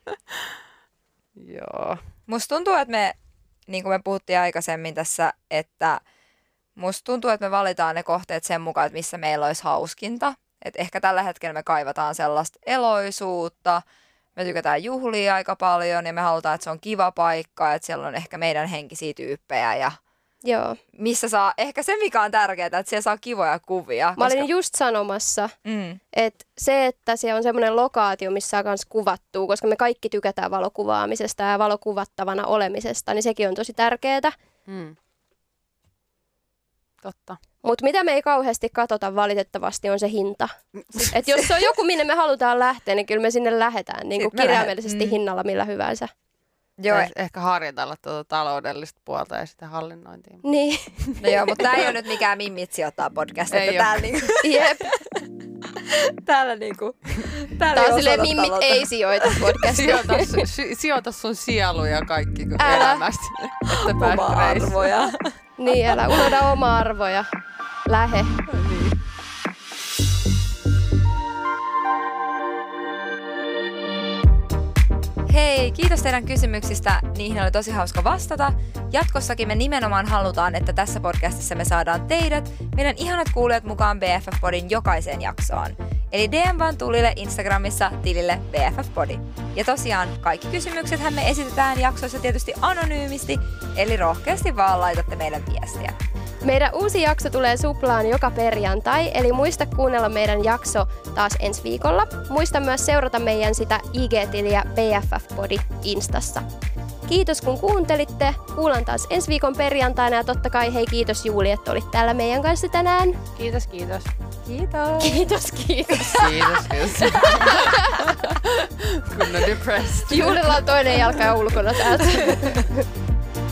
Joo. Musta tuntuu, että me, niin kuin me puhuttiin aikaisemmin tässä, että musta tuntuu, että me valitaan ne kohteet sen mukaan, että missä meillä olisi hauskinta. Että ehkä tällä hetkellä me kaivataan sellaista eloisuutta, me tykätään juhlia aika paljon ja me halutaan, että se on kiva paikka, että siellä on ehkä meidän henkisiä tyyppejä ja Joo. missä saa, ehkä se mikä on tärkeää, että siellä saa kivoja kuvia. Mä olin just sanomassa, että se, että se on semmoinen lokaatio, missä on myös kuvattua, koska me kaikki tykätään valokuvaamisesta ja valokuvattavana olemisesta, niin sekin on tosi tärkeää. Totta. Mutta mitä me ei kauheasti katsota valitettavasti on se hinta. Et jos se on joku, minne me halutaan lähteä, niin kyllä me sinne lähdetään niin kuin Sitten me kirjaimellisesti hinnalla millä hyvänsä. Joo, Ehkä harjoitella tuota taloudellista puolta ja sitä hallinnointia. Niin, no joo, mutta tämä ei ole nyt mikään Mimmit sijoittaa podcast, Ei että oo. jep. täällä niinku, täällä Tämä ei on silleen osoita Mimmit talolta. ei sijoita podcastia. Sijoita sun sielu ja kaikki Älä. elämästä, että pääst Omaa reissuun. arvoja. Niin, älä unohda oma arvoja. Lähe. Hei, kiitos teidän kysymyksistä. Niihin oli tosi hauska vastata. Jatkossakin me nimenomaan halutaan, että tässä podcastissa me saadaan teidät, meidän ihanat kuulijat mukaan BFF-podin jokaiseen jaksoon. Eli DM vaan Tulille Instagramissa tilille BFF-podi. Ja tosiaan, kaikki kysymyksethän me esitetään jaksoissa tietysti anonyymisti, eli rohkeasti vaan laitatte meidän viestiä. Meidän uusi jakso tulee Suplaan joka perjantai, eli muista kuunnella meidän jakso taas ensi viikolla. Muista myös seurata meidän sitä IG-tiliä BFF-podi Instassa. Kiitos kun kuuntelitte. Kuullaan taas ensi viikon perjantaina ja totta kai hei kiitos Juuli, että olit täällä meidän kanssa tänään. Kiitos. Kiitos. Kiitos. Kiitos. Kunnon depressed. Juulilla on toinen jalka ulkona täältä.